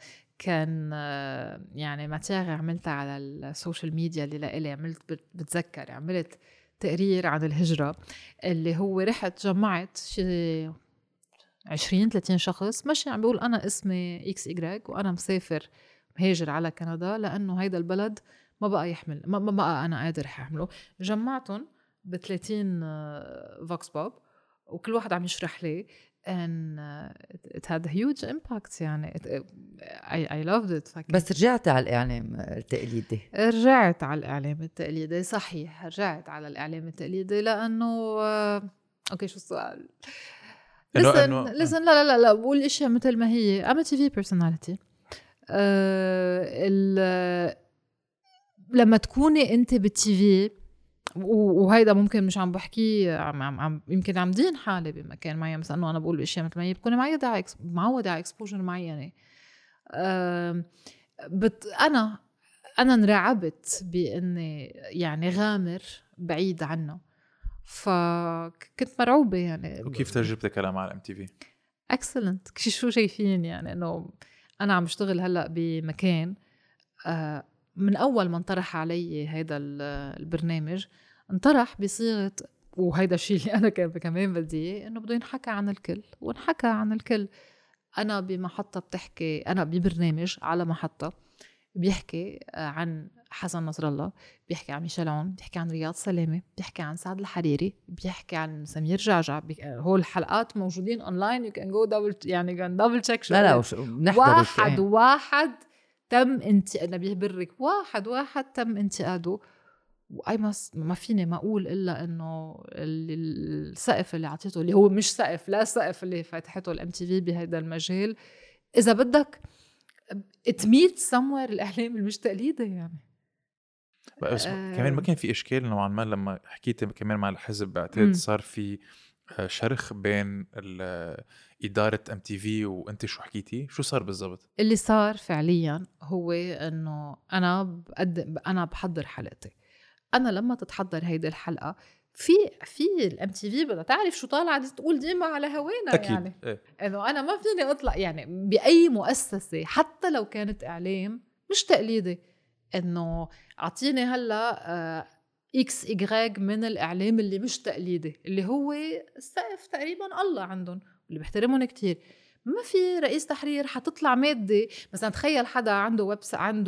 Speaker 1: يعني ماتيريال عملتها على السوشيال ميديا اللي لإلي. عملت بتذكر عملت تقرير عن الهجرة، اللي هو رحت جمعت شيء 20-30 شخص ماشي عم بيقول أنا اسمي XY وأنا مسافر مهاجر على كندا لأنه هيدا البلد ما بقى يحمل، ما بقى أنا قادر أحمله. جمعتهم ب30 فوكس بوب وكل واحد عم يشرح لي and it had a huge impact. يعني I loved it.
Speaker 4: بس رجعت على الإعلام التقليدي.
Speaker 1: رجعت على الإعلام التقليدي صحيح، رجعت على الإعلام التقليدي لأنه أوكي شو السؤال؟ لسن لا بقول إشياء مثل ما هي. I'm a TV personality. لما تكوني أنت بالTV، وهيدا ممكن مش عم بحكي يمكن عم دين حالي بمكان معين، مثلا انه انا بقول اشياء مثل ما هي، بكون معودة على اكسبوجر معينة. انا انرعبت باني يعني غامر بعيد عنه، فكنت مرعوبة يعني.
Speaker 3: وكيف تجربتك هلا مع الMTV؟
Speaker 1: اكسلنت. شو شايفين يعني انه انا عم بشتغل هلا بمكان من اول ما انطرح علي هيدا البرنامج انطرح بصيغة، وهيدا الشيء اللي أنا كمان بدي إياه، إنه بده ينحكى عن الكل ونحكى عن الكل. أنا بمحطة بتحكي، أنا ببرنامج على محطة بيحكي عن حسن نصر الله، بيحكي عن ميشيل عون، بيحكي عن رياض سلامة، بيحكي عن سعد الحريري، بيحكي عن سمير جعجع. هو الحلقات موجودين أونلاين، you can go double check.
Speaker 4: لا
Speaker 1: واحد تم نبيه برك واحد تم انتقاده. ما فيني ما أقول إلا إنه السقف اللي عطيته، اللي هو مش سقف، لا سقف اللي فتحته الMTV بهذا المجال، إذا بدك it meets somewhere الإعلام المش تقليدي يعني.
Speaker 3: بس كمان ما كان في إشكال نوعا ما لما حكيت كمان مع الحزب؟ بعتقد صار في شرخ بين إدارة MTV وأنت شو حكيتي؟ شو صار بالضبط؟
Speaker 1: اللي صار فعليا هو إنه أنا بحضر حلقتي. أنا لما تتحضر هيدي الحلقة في الMTV بدها تعرف شو طالعة تقول ديما على هوانا.
Speaker 3: أكيد.
Speaker 1: يعني إنه أنا ما فيني أطلع يعني بأي مؤسسة حتى لو كانت إعلام مش تقليدي، إنه أعطيني هلا XY من الإعلام اللي مش تقليدي، اللي هو السقف تقريبا الله عندهم واللي بيحترمون كتير. ما في رئيس تحرير حتطلع مادة مثلا. تخيل حدا عنده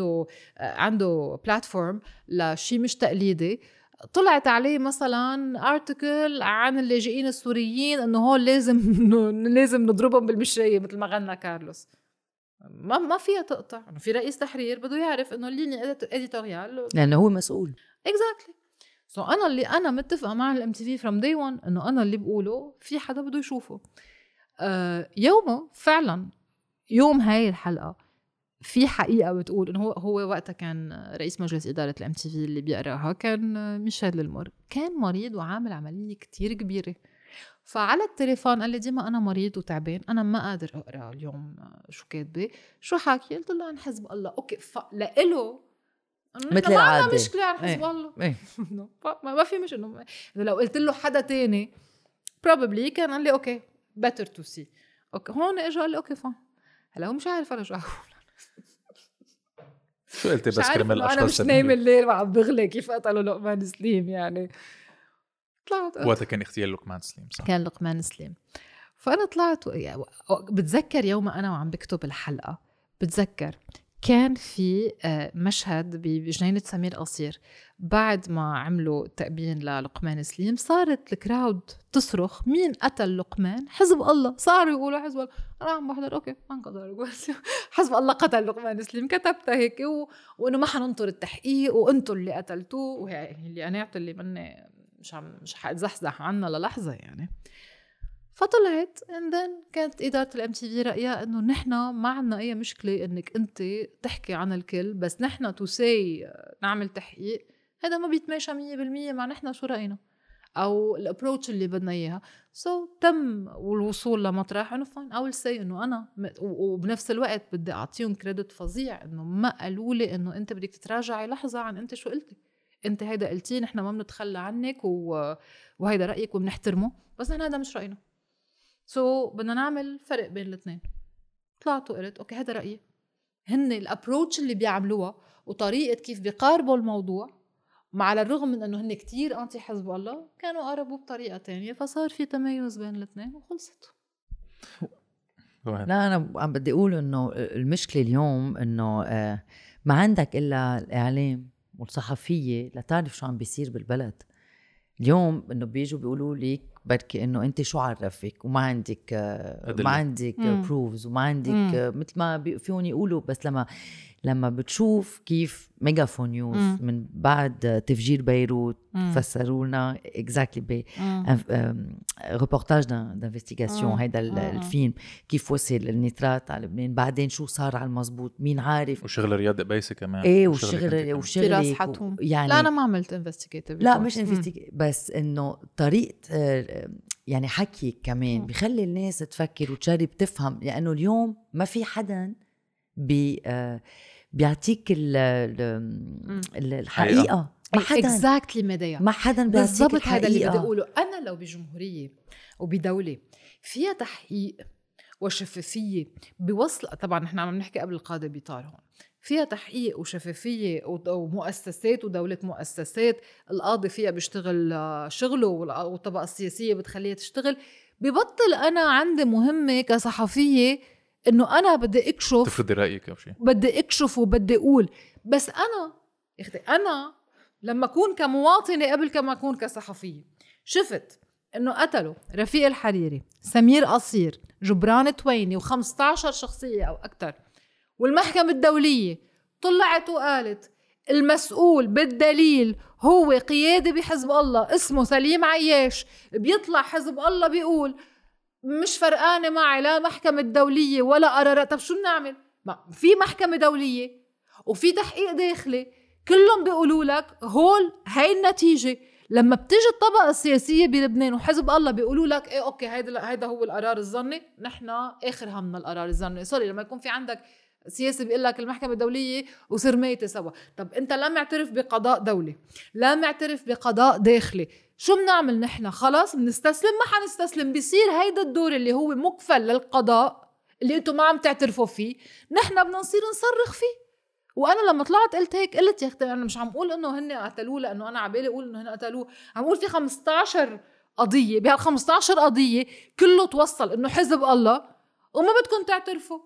Speaker 1: عنده بلاتفورم لشي مش تقليدي، طلعت عليه مثلا ارتكل عن اللاجئين السوريين انه هون لازم نضربهم بالمشرية مثل ما غنى كارلوس. ما فيها تقطع. انه في رئيس تحرير بده يعرف انه اللينيا اديتوريال
Speaker 4: لانه هو مسؤول.
Speaker 1: exactly. انا متفقه مع الMTV from day one انه انا اللي بقوله في حدا بده يشوفه. يومه فعلا يوم هاي الحلقه في حقيقه بتقول انه هو وقتها كان رئيس مجلس اداره الMTV اللي بيقراها كان ميشيل المور، كان مريض وعامل عمليه كتير كبيره. فعلى التليفون قال لي ديما انا مريض وتعبان، انا ما قادر اقرا اليوم شو كاتبه شو حاكي. قلت له عن حزب الله. اوكي لإله
Speaker 4: مثل العادة
Speaker 1: ما مشكله عن حزب الله. ما في مش انه لو قلت له حدا تاني probably كان قال لي اوكي better to see. اوكي هون اجى قال لي اوكي فاهم. هلا هو مش عارف انا شو اقول.
Speaker 3: شو قلتي بس كرمال
Speaker 1: أنا مش نايم الليل وعم بغلي كيف قتلوا لقمان سليم يعني. طلعت
Speaker 3: وقتها كان اغتيال لقمان سليم صح؟
Speaker 1: كان لقمان سليم. فأنا طلعت بتذكر يوم أنا وعم بكتب الحلقة بتذكر كان في مشهد بجنينة سمير قصير بعد ما عملوا تأبين للقمان سليم صارت الكراود تصرخ مين قتل لقمان؟ حزب الله. صاروا يقولوا حزب الله. أنا عم بحضر أوكي ما انقدر أقول حزب الله قتل لقمان سليم. كتبتها هيك وإنه ما حننطر التحقيق وأنتوا اللي قتلتوه وهي اللي قناعت اللي مني مش حأتزحزح عنا للحظة يعني. فطلعت كانت إدارة الMTV رأيها إنه نحن ما عنا أي مشكلة إنك أنت تحكي عن الكل بس نحن نعمل تحقيق هذا ما بيتماشى 100% مع نحن شو رأينا أو الابروتش اللي بدنا إياها. تم الوصول لمطرح إنه فاين أول سي إنه أنا وبنفس الوقت بدي أعطيهم كريدت فظيع إنه ما قالوا لي إنه أنت بدك تتراجعي لحظة عن أنت شو قلتي. أنت هيدا قلتي نحن ما بنتخلى عنك وهيدا رأيك وبنحترمه بس نحن هذا مش رأينا. بدنا نعمل فرق بين الاثنين. طلعت وقلت اوكي هذا رأيي. هن الابروتش اللي بيعملوها وطريقة كيف بيقاربوا الموضوع على الرغم من انه هن كتير انتي حزب الله كانوا قربوا بطريقة تانية فصار في تميز بين الاثنين وخلصت.
Speaker 4: لا أنا عم بدي أقول إنه المشكلة اليوم إنه ما عندك إلا الإعلام والصحفية لتعرف شو عم بيصير بالبلد. اليوم إنه بيجوا بيقولوا لك بركي إنه أنت شو عرفك وما عندك بروفز وما عندك مثل ما فيهم يقولوا. بس لما بتشوف كيف ميجافون نيوز من بعد تفجير بيروت فسروا لنا اكزاكتلي ريبورتاج دانفستيغاسيون هيدا الفيلم كيف وصل النيترات على لبنان بعدين شو صار على المزبوط مين عارف
Speaker 3: وشغل رياض قبيسي كمان
Speaker 4: ايه وشغل
Speaker 1: يعني لا انا ما عملت انفستيجيتيف
Speaker 4: لا مش انفستيجيتيف بس انه طريقه يعني حكي كمان بيخلي الناس تفكر وتجرب تفهم لانه اليوم ما في حدا بيعطيك الحقيقة. ما حدا
Speaker 1: exactly مدايا
Speaker 4: ما حدا بيعطيك الحقيقة.
Speaker 1: هذا اللي بدي أقوله. أنا لو بجمهورية وبدولة فيها تحقيق وشفافية بوصل طبعا نحن عم نحكي قبل القادة بيطار هون فيها تحقيق وشفافية ومؤسسات ودولة مؤسسات القاضي فيها بيشتغل شغله والطبقة السياسية بتخليها تشتغل ببطل أنا عندي مهمة كصحفية إنه أنا بدي أكشف
Speaker 3: تفرضي رأيك أو شيء
Speaker 1: بدي أكشف وبدي أقول. بس أنا لما أكون كمواطنة قبل كما أكون كصحفية شفت إنه قتلوا رفيق الحريري سمير قصير جبران تويني و15 شخصية أو أكتر والمحكمة الدولية طلعت وقالت المسؤول بالدليل هو قيادي بحزب الله اسمه سليم عياش بيطلع حزب الله بيقول مش فرقانة معي لا محكمة دولية ولا قرارات. طب شو نعمل؟ في محكمة دولية وفي تحقيق داخلي كلهم بيقولوا لك هاي النتيجة. لما بتيجي الطبقة السياسية بلبنان وحزب الله بيقولوا لك ايه اوكي هيدا هو القرار الظني نحن اخر همنا القرار الظني. لما يكون في عندك سياسي بيقول لك المحكمة الدولية وسرميته سوا. طب انت لا معترف بقضاء دولي لا معترف بقضاء داخلي شو بنعمل نحن؟ خلاص بنستسلم؟ ما حنستسلم. بيصير هيدا الدور اللي هو مكفل للقضاء اللي انتم ما عم تعترفوا فيه نحن بدنا نصير نصرخ فيه. وانا لما طلعت قلت هيك قلت يا اختي انا مش عم اقول انه هن قتلوه لانه انا عبالي اقول انه هن قتلوه. عم اقول في 15 قضية بهال 15 قضية كله توصل انه حزب الله وما بدكم تعترفوا.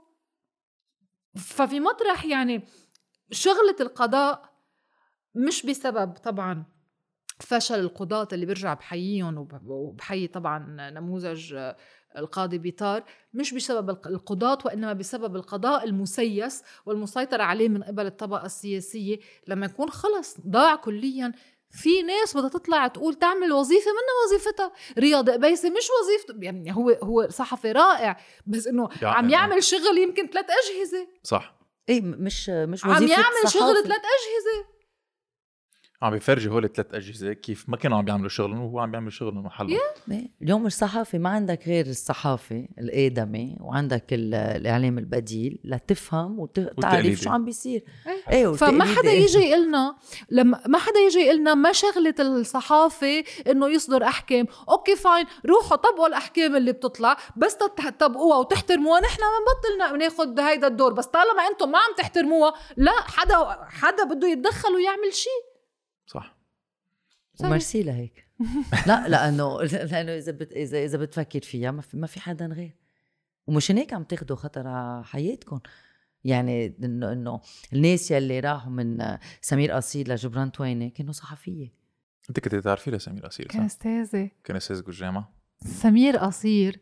Speaker 1: ففي مطرح يعني شغلة القضاء مش بسبب طبعا فشل القضاة اللي برجع بحييهم وبحيي طبعا نموذج القاضي بيطار مش بسبب القضاة وإنما بسبب القضاء المسيس والمسيطر عليه من قبل الطبقة السياسية. لما يكون خلص ضاع كليا في ناس بدها تطلع تقول تعمل وظيفة منها وظيفتها. رياض قبيسي مش وظيفته يعني هو صحفي رائع بس إنه عم يعمل شغل يمكن 3 أجهزة
Speaker 3: صح
Speaker 4: إيه مش وظيفة
Speaker 1: عم يعمل شغل 3 أجهزة.
Speaker 3: عم بيفرجي هول 3 أجهزة كيف ما كانوا عم بيعملوا شغلهم وهو عم بيعمل شغله محله.
Speaker 4: اليوم الصحافي ما عندك غير الصحافي الآدمي وعندك الإعلام البديل لتفهم وتعرف شو عم بيصير.
Speaker 1: فما حدا يجي يقلنا لما ما حدا يجي يقلنا ما شغلة الصحافة إنه يصدر أحكام. أوكي فاين، روحوا طبقوا الأحكام اللي بتطلع، بس تطبقوها وتحترموها. نحن بنبطل ناخد هيدا الدور، بس طالما أنتم ما عم تحترموها لا حدا بده يتدخل ويعمل شيء.
Speaker 3: صح.
Speaker 4: ومرسي لهيك. لا لانه اذا بتفكر فيها ما في حدا غير، ومش هيك عم تاخدوا خطر على حياتكم. يعني انه الناس يلي راحوا من سمير قصير لجبران تويني كانوا صحفيه.
Speaker 3: انت كنت تعرفي لسمير قصير؟
Speaker 1: كان استاذه،
Speaker 3: كان استاذ بالجامعه.
Speaker 1: سمير قصير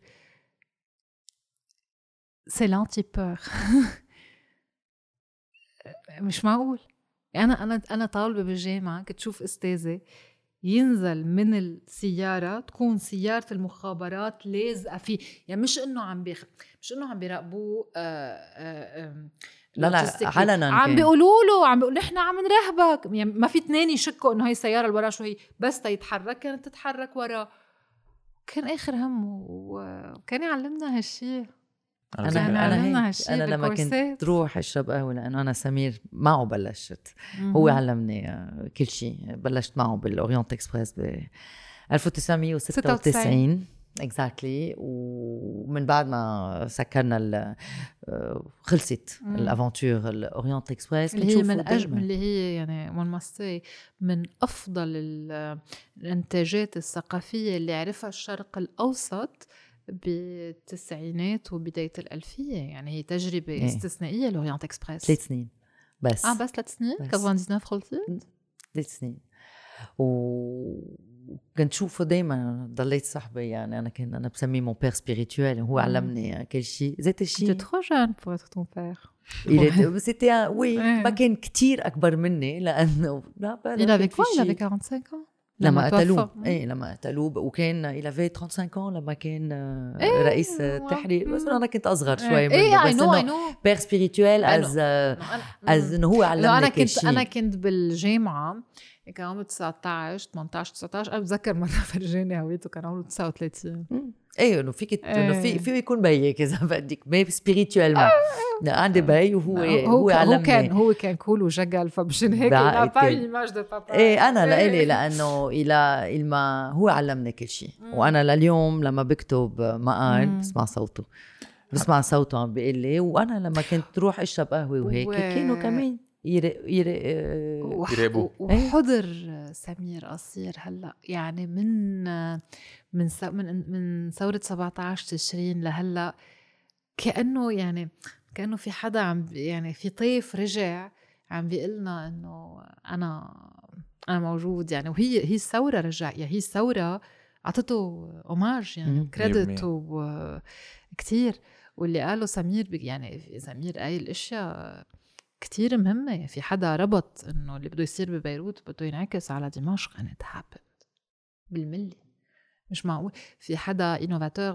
Speaker 1: سي لانتي بور. مش معقول. أنا طالبة بالجامعة كنت شوف أستاذة ينزل من السيارة تكون سيارة المخابرات لازقة فيه، يعني مش إنه عم بيراقبوه
Speaker 4: لا علنا،
Speaker 1: عم بيقولوا له نحن عم نراقبك. يعني ما في اثنين يشكوا إنه هاي السيارة اللي ورا شو هي، بس تيتحرك كانت تتحرك ورا. كان آخر همه وكان يعلمنا هالشي.
Speaker 4: أنا لما كنت روح اشرب قهوه لانه انا سمير معه بلشت. هو علمني كل شيء. بلشت معه بالاورينت اكسبريس ب 1996 اكزاكتلي. ومن بعد ما سكرنا خلصت الافونتور الاورينت اكسبريس
Speaker 1: اللي هي من اجمل، اللي هي يعني من افضل الانتاجات الثقافيه اللي عرفها الشرق الاوسط بالتسعينات وبداية الألفية. يعني هي تجربة استثنائية لورينت اكسبريس.
Speaker 4: 3 سنين بس.
Speaker 1: بس 3 سنين 99 خلصت
Speaker 4: 3 سنين. وكنت شوفه دايما، ضليت صاحبي. يعني أنا بسميه مون بير سبيريتوال. هو علمني كل شيء. ذات الشيء.
Speaker 1: Tu es trop jeune pour être ton père.
Speaker 4: ما كان كتير أكبر مني لأنه
Speaker 1: il avait quoi? Il avait 45 ans
Speaker 4: لما قتلوه. لما قتلوه وكان إلى 35 لما كان رئيس التحرير. بس أنا كنت أصغر شوي منه. بس إنه بير سبيريتوال از إنه هو علمني كل شيء.
Speaker 1: أنا كنت بالجامعة كان عمره 19 أنا بتذكر مرة فرجاني هويته كان عمره 39.
Speaker 4: انه فيك انه في يكون بيك اذا بدك بي سبيريتوال. عندي بي وهو علمني.
Speaker 1: هو كان كول وجقل، فمشان هيك لا باي ايماج دو بابا.
Speaker 4: انا لإلي لانه الى هو علمني كل شيء. وانا لليوم لما بكتب مقال بسمع صوته عم بيقول لي. وانا لما كنت روح اشرب قهوه وهيك كانوا كمان
Speaker 3: يراقبوا.
Speaker 1: وحضر سمير قصير هلا يعني من ثورة 17 تشرين لهلا كأنه في حدا عم يعني في طيف رجع عم بيقلنا إنه أنا موجود. يعني وهي الثورة رجع، يعني هي الثورة عطته أوماج يعني كريدت وكتير. واللي قاله سمير يعني سمير قايل أشياء كتير مهمة. يعني في حدا ربط إنه اللي بده يصير ببيروت بده ينعكس على دمشق. and it happened بالملي. مش معقول في حدا إنوفاتور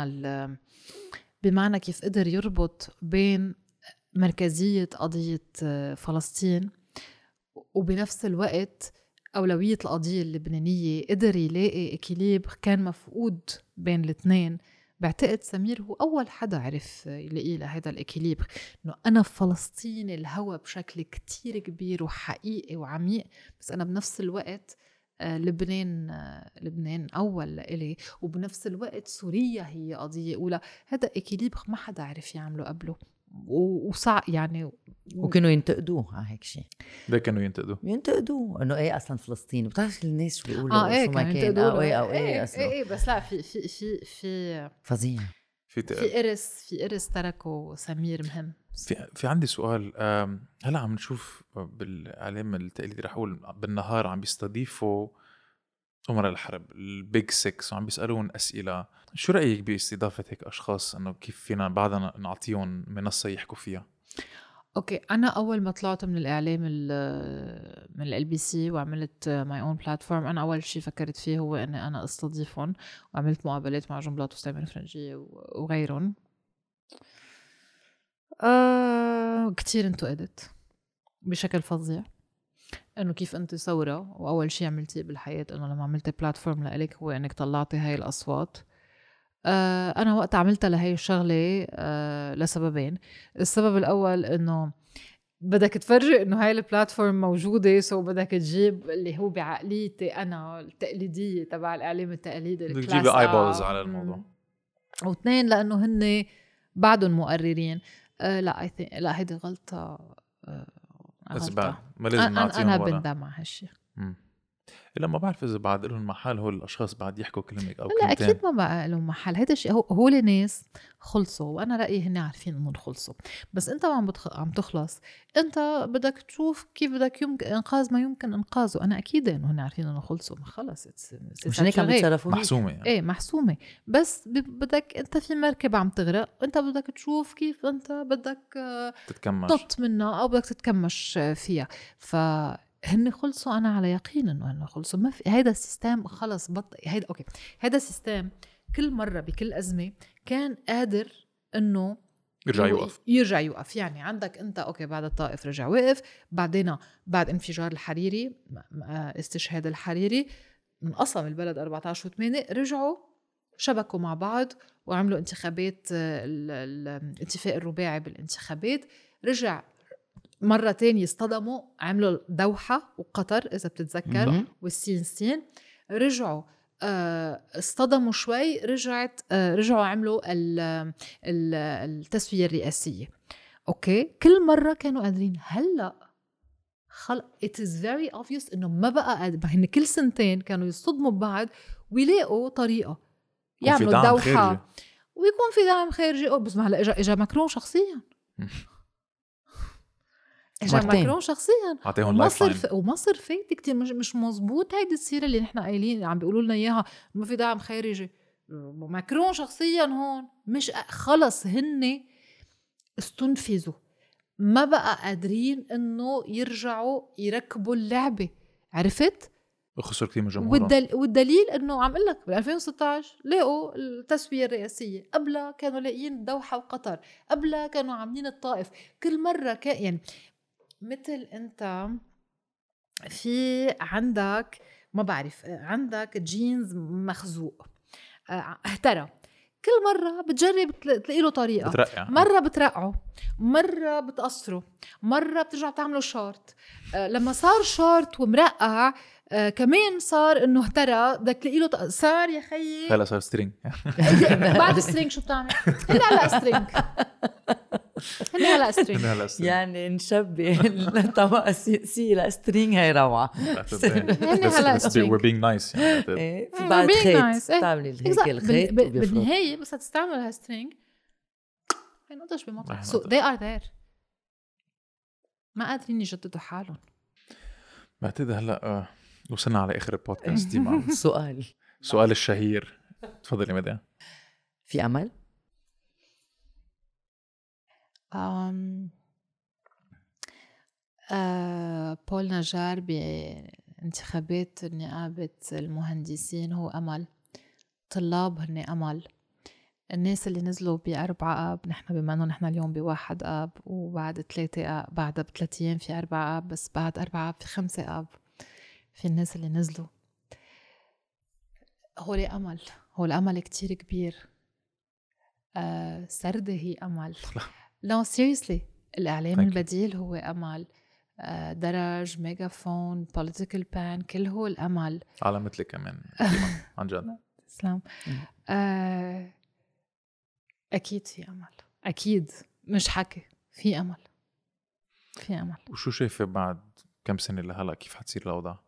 Speaker 1: بمعنى كيف قدر يربط بين مركزية قضية فلسطين وبنفس الوقت أولوية القضية اللبنانية. قدر يلاقي إكيليبر كان مفقود بين الاثنين. بعتقد سمير هو أول حدا عرف يلاقي لهذا الإكيليبر، إنه أنا فلسطيني الهوى بشكل كتير كبير وحقيقي وعميق، بس أنا بنفس الوقت لبنان أول لإلي، وبنفس الوقت سوريا هي قضية أولى. هذا إكيليبر ما حدا عرف يعمله قبله وصع يعني.
Speaker 4: وكانوا ينتقدوه على هيك شيء.
Speaker 3: ليه كانوا
Speaker 4: ينتقدوه انه ايه اصلا فلسطين؟ بتعرف الناس شو بيقولوا شو ما كان ايه
Speaker 1: اصلا بس لا في
Speaker 4: فظيع.
Speaker 1: في إرث تركه سمير مهم.
Speaker 3: في عندي سؤال. هلا عم نشوف بالإعلام التقليدي رح أقول بالنهار عم بيستضيفوا أمراء الحرب البيج 6 وعم بيسألون أسئلة. شو رأيك باستضافة هيك أشخاص؟ إنه كيف فينا بعدنا نعطيهم منصة يحكوا فيها؟
Speaker 1: اوكي، انا اول ما طلعت من الاعلام من LBC وعملت ماي اون بلاتفورم، انا اول شيء فكرت فيه هو اني انا استضيفهم، وعملت مقابلات مع جنبلاط وسامر فرنجية وغيرهم. كتير انتقدت بشكل فظيع. انه كيف انت ثوره، واول شيء عملتيه بالحياه انه لما عملتي بلاتفورم لإلك هو انك طلعتي هاي الاصوات. انا وقت عملتها لهي الشغله لسببين. السبب الاول انه بدك تفرجي انه هاي البلاتفورم موجوده، سو بدك تجيب اللي هو بعقليتي انا التقليديه تبع الاعلام التقليدي،
Speaker 3: بدك تجيبي ايبولز على الموضوع.
Speaker 1: واثنين لانه هن بعدهم مقررين. لا لا هيدي غلطه.
Speaker 3: بس بعد ما لازم نعطيهم
Speaker 1: انا بندم على هالشيء.
Speaker 3: إلا ما بعرف إذا بعد لهم محل هول الأشخاص بعد يحكوا كلمة أو
Speaker 1: لا
Speaker 3: كلمتين.
Speaker 1: أكيد ما بقى لهم محل. هيدا الشيء هو الناس خلصوا، وأنا رأيي هن عارفين إنهم خلصوا. بس أنت عم تخلص، أنت بدك تشوف كيف بدك إنقاذ ما يمكن إنقاذه. أنا أكيد إنه هن عارفين إنه خلصوا، ما خلص
Speaker 4: مش هيك عم بيتصرفوا
Speaker 3: محسومة يعني.
Speaker 1: إيه محسومة، بس بدك أنت في مركب عم تغرق، أنت بدك تشوف كيف أنت بدك
Speaker 3: تتكمش
Speaker 1: تط منها أو بدك تتكمش فيها. هن خلصوا. أنا على يقين إنه هن خلصوا. ما في هيدا السيستم خلص هيدا أوكي. هيدا السيستم كل مرة بكل أزمة كان قادر إنه يرجع يوقف. يعني عندك أنت أوكي بعد الطائف رجع وقف، بعدين بعد انفجار الحريري استشهاد الحريري انقسم البلد 14/8، رجعوا شبكوا مع بعض وعملوا انتخابات الاتفاق الرباعي بالانتخابات. رجع مرة تانية اصطدموا، عملوا دوحة وقطر إذا بتتذكر والسين رجعوا اصطدموا شوي، رجعوا عملوا التسوية الرئاسية. أوكي كل مرة كانوا قادرين. هلأ it is very obvious إنه ما بقى قادر. هن كل سنتين كانوا يصطدموا ببعض ويلاقوا طريقة يعملوا دوحة ويكون في دعم خارجي. بس ما هلأ إجا ماكرون شخصياً. إجا ماكرون شخصيا ومصر فايت كتير. مش مزبوط هيدي السيرة اللي نحن قايلين عم بيقولوا لنا إياها ما في دعم خارجي. ماكرون شخصيا هون مش خلص هن استنفذوا، ما بقى قادرين إنه يرجعوا يركبوا اللعبة. عرفت؟
Speaker 3: وخسر كتير من جمهورهم.
Speaker 1: والدليل إنه عم قلك بال 2016 لقوا التسوية الرئاسية، قبلها كانوا لاقيين الدوحة وقطر، قبلها كانوا عاملين الطائف. كل مرة يعني مثل أنت في عندك ما بعرف عندك جينز مخزوق اهترى، كل مرة بتجرب تلاقي له طريقة
Speaker 3: بترقع.
Speaker 1: مرة بترقعه، مرة بتقصره، مرة بترجع تعمله شورت. لما صار شورت ومرقع كمان صار انه اهترى، بدك تلاقي له صار يا خيي
Speaker 3: هلا صار سترينج.
Speaker 1: بعد سترينج شو بتعمل؟ هلا سترينج هلا سترينج
Speaker 4: يعني نشبه طبق سي لا سترينج هي روعة.
Speaker 1: هلا سترينج
Speaker 3: we're being nice
Speaker 4: يعني في بعد خيط تعملي هيك الخيط
Speaker 1: بالنهاية بس هتستعمل هالسترينج ما ينقطش بمطرح. so they are there ما قادرين يجددوا حالهم.
Speaker 3: بعتقد هلا وصلنا على اخر البودكاست ديما. سؤال الشهير، تفضلي مدام.
Speaker 4: في امل؟
Speaker 1: بول نجار بانتخابات نقابة المهندسين هو أمل، طلاب هن أمل، الناس اللي نزلوا ب4 آب، نحن بما أنه نحن اليوم ب1 آب وبعد 3 آب، بعد ب3 أيام في 4 آب، بس بعد 4 آب في 5 آب في الناس اللي نزلوا. هو أمل، هو الأمل كتير كبير. سردة هي أمل. No seriously الإعلام البديل هو أمل. درج، ميجافون، political ban، كل هو الأمل.
Speaker 3: على مثلك كمان عن جد.
Speaker 1: تسلم. أكيد في أمل، أكيد مش حكي، في أمل، في أمل.
Speaker 3: وشو شايفة بعد كم سنة لهلا كيف حتصير الأوضاع؟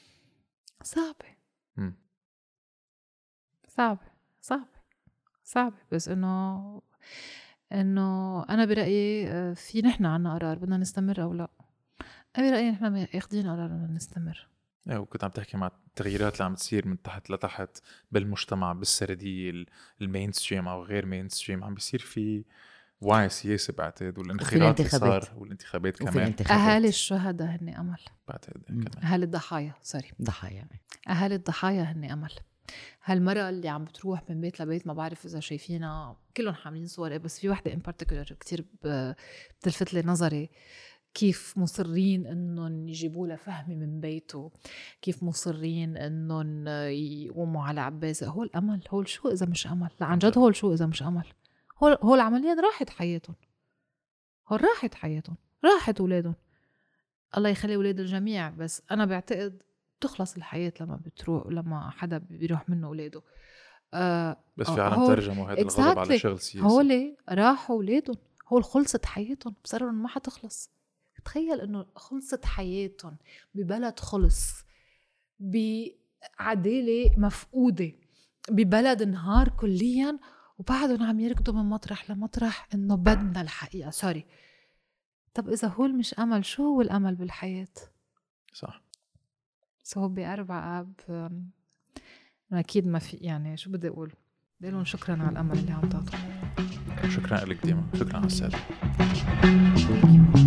Speaker 1: صعبة بس إنه أنا برأيي في نحن عنا قرار بدنا نستمر أو لا. أنا برأيي نحن ياخدين قرار بدنا نستمر.
Speaker 3: وكنت عم تحكي مع التغييرات اللي عم تصير من تحت لتحت بالمجتمع، بالسردية المينستريم أو غير مينستريم، عم بيصير في وعي سياسي بعتقد، والانخراط اللي صار والانتخابات كمان.
Speaker 1: أهالي الشهداء هن أمل
Speaker 3: بعتقد كمان.
Speaker 1: أهالي الضحايا أهالي الضحايا هن أمل. هالمرة اللي عم بتروح من بيت لبيت، ما بعرف إذا شايفينها كلهم حاملين صور، بس في واحدة in particular كتير بتلفت لي نظري، كيف مصرين انهم يجيبوا له فهمي من بيته، كيف مصرين انهم يقوموا على عباسة. هو الامل، هو شو اذا مش امل؟ عن جد هو شو اذا مش امل؟ هو العمليا راحت حياتهم، هو راحت حياتهم، راحت اولادهم. الله يخلي اولاد الجميع، بس انا بعتقد تخلص الحياة لما بتروح، لما حدا بيروح منه اولاده.
Speaker 3: بس في عالم ترجموا هذا الغضب على شغل سياسي.
Speaker 1: هولي راحوا اولادهم، هو خلصت حياتهم، بصروا ما حتخلص. تخيل انه خلصت حياتهم ببلد خلص، بعدالة مفقودة، ببلد انهار كليا، وبعدهم عم يركضوا من مطرح لمطرح انه بدنا الحقيقة. سوري، طب اذا هو مش امل، شو هو الامل بالحياة؟
Speaker 3: صح.
Speaker 1: سو ب4 آب اكيد ما في، يعني شو بدي اقول، بدي لهم شكرا على الامل اللي عم تعطوه.
Speaker 3: شكرا لك ديما، شكرا على السادة.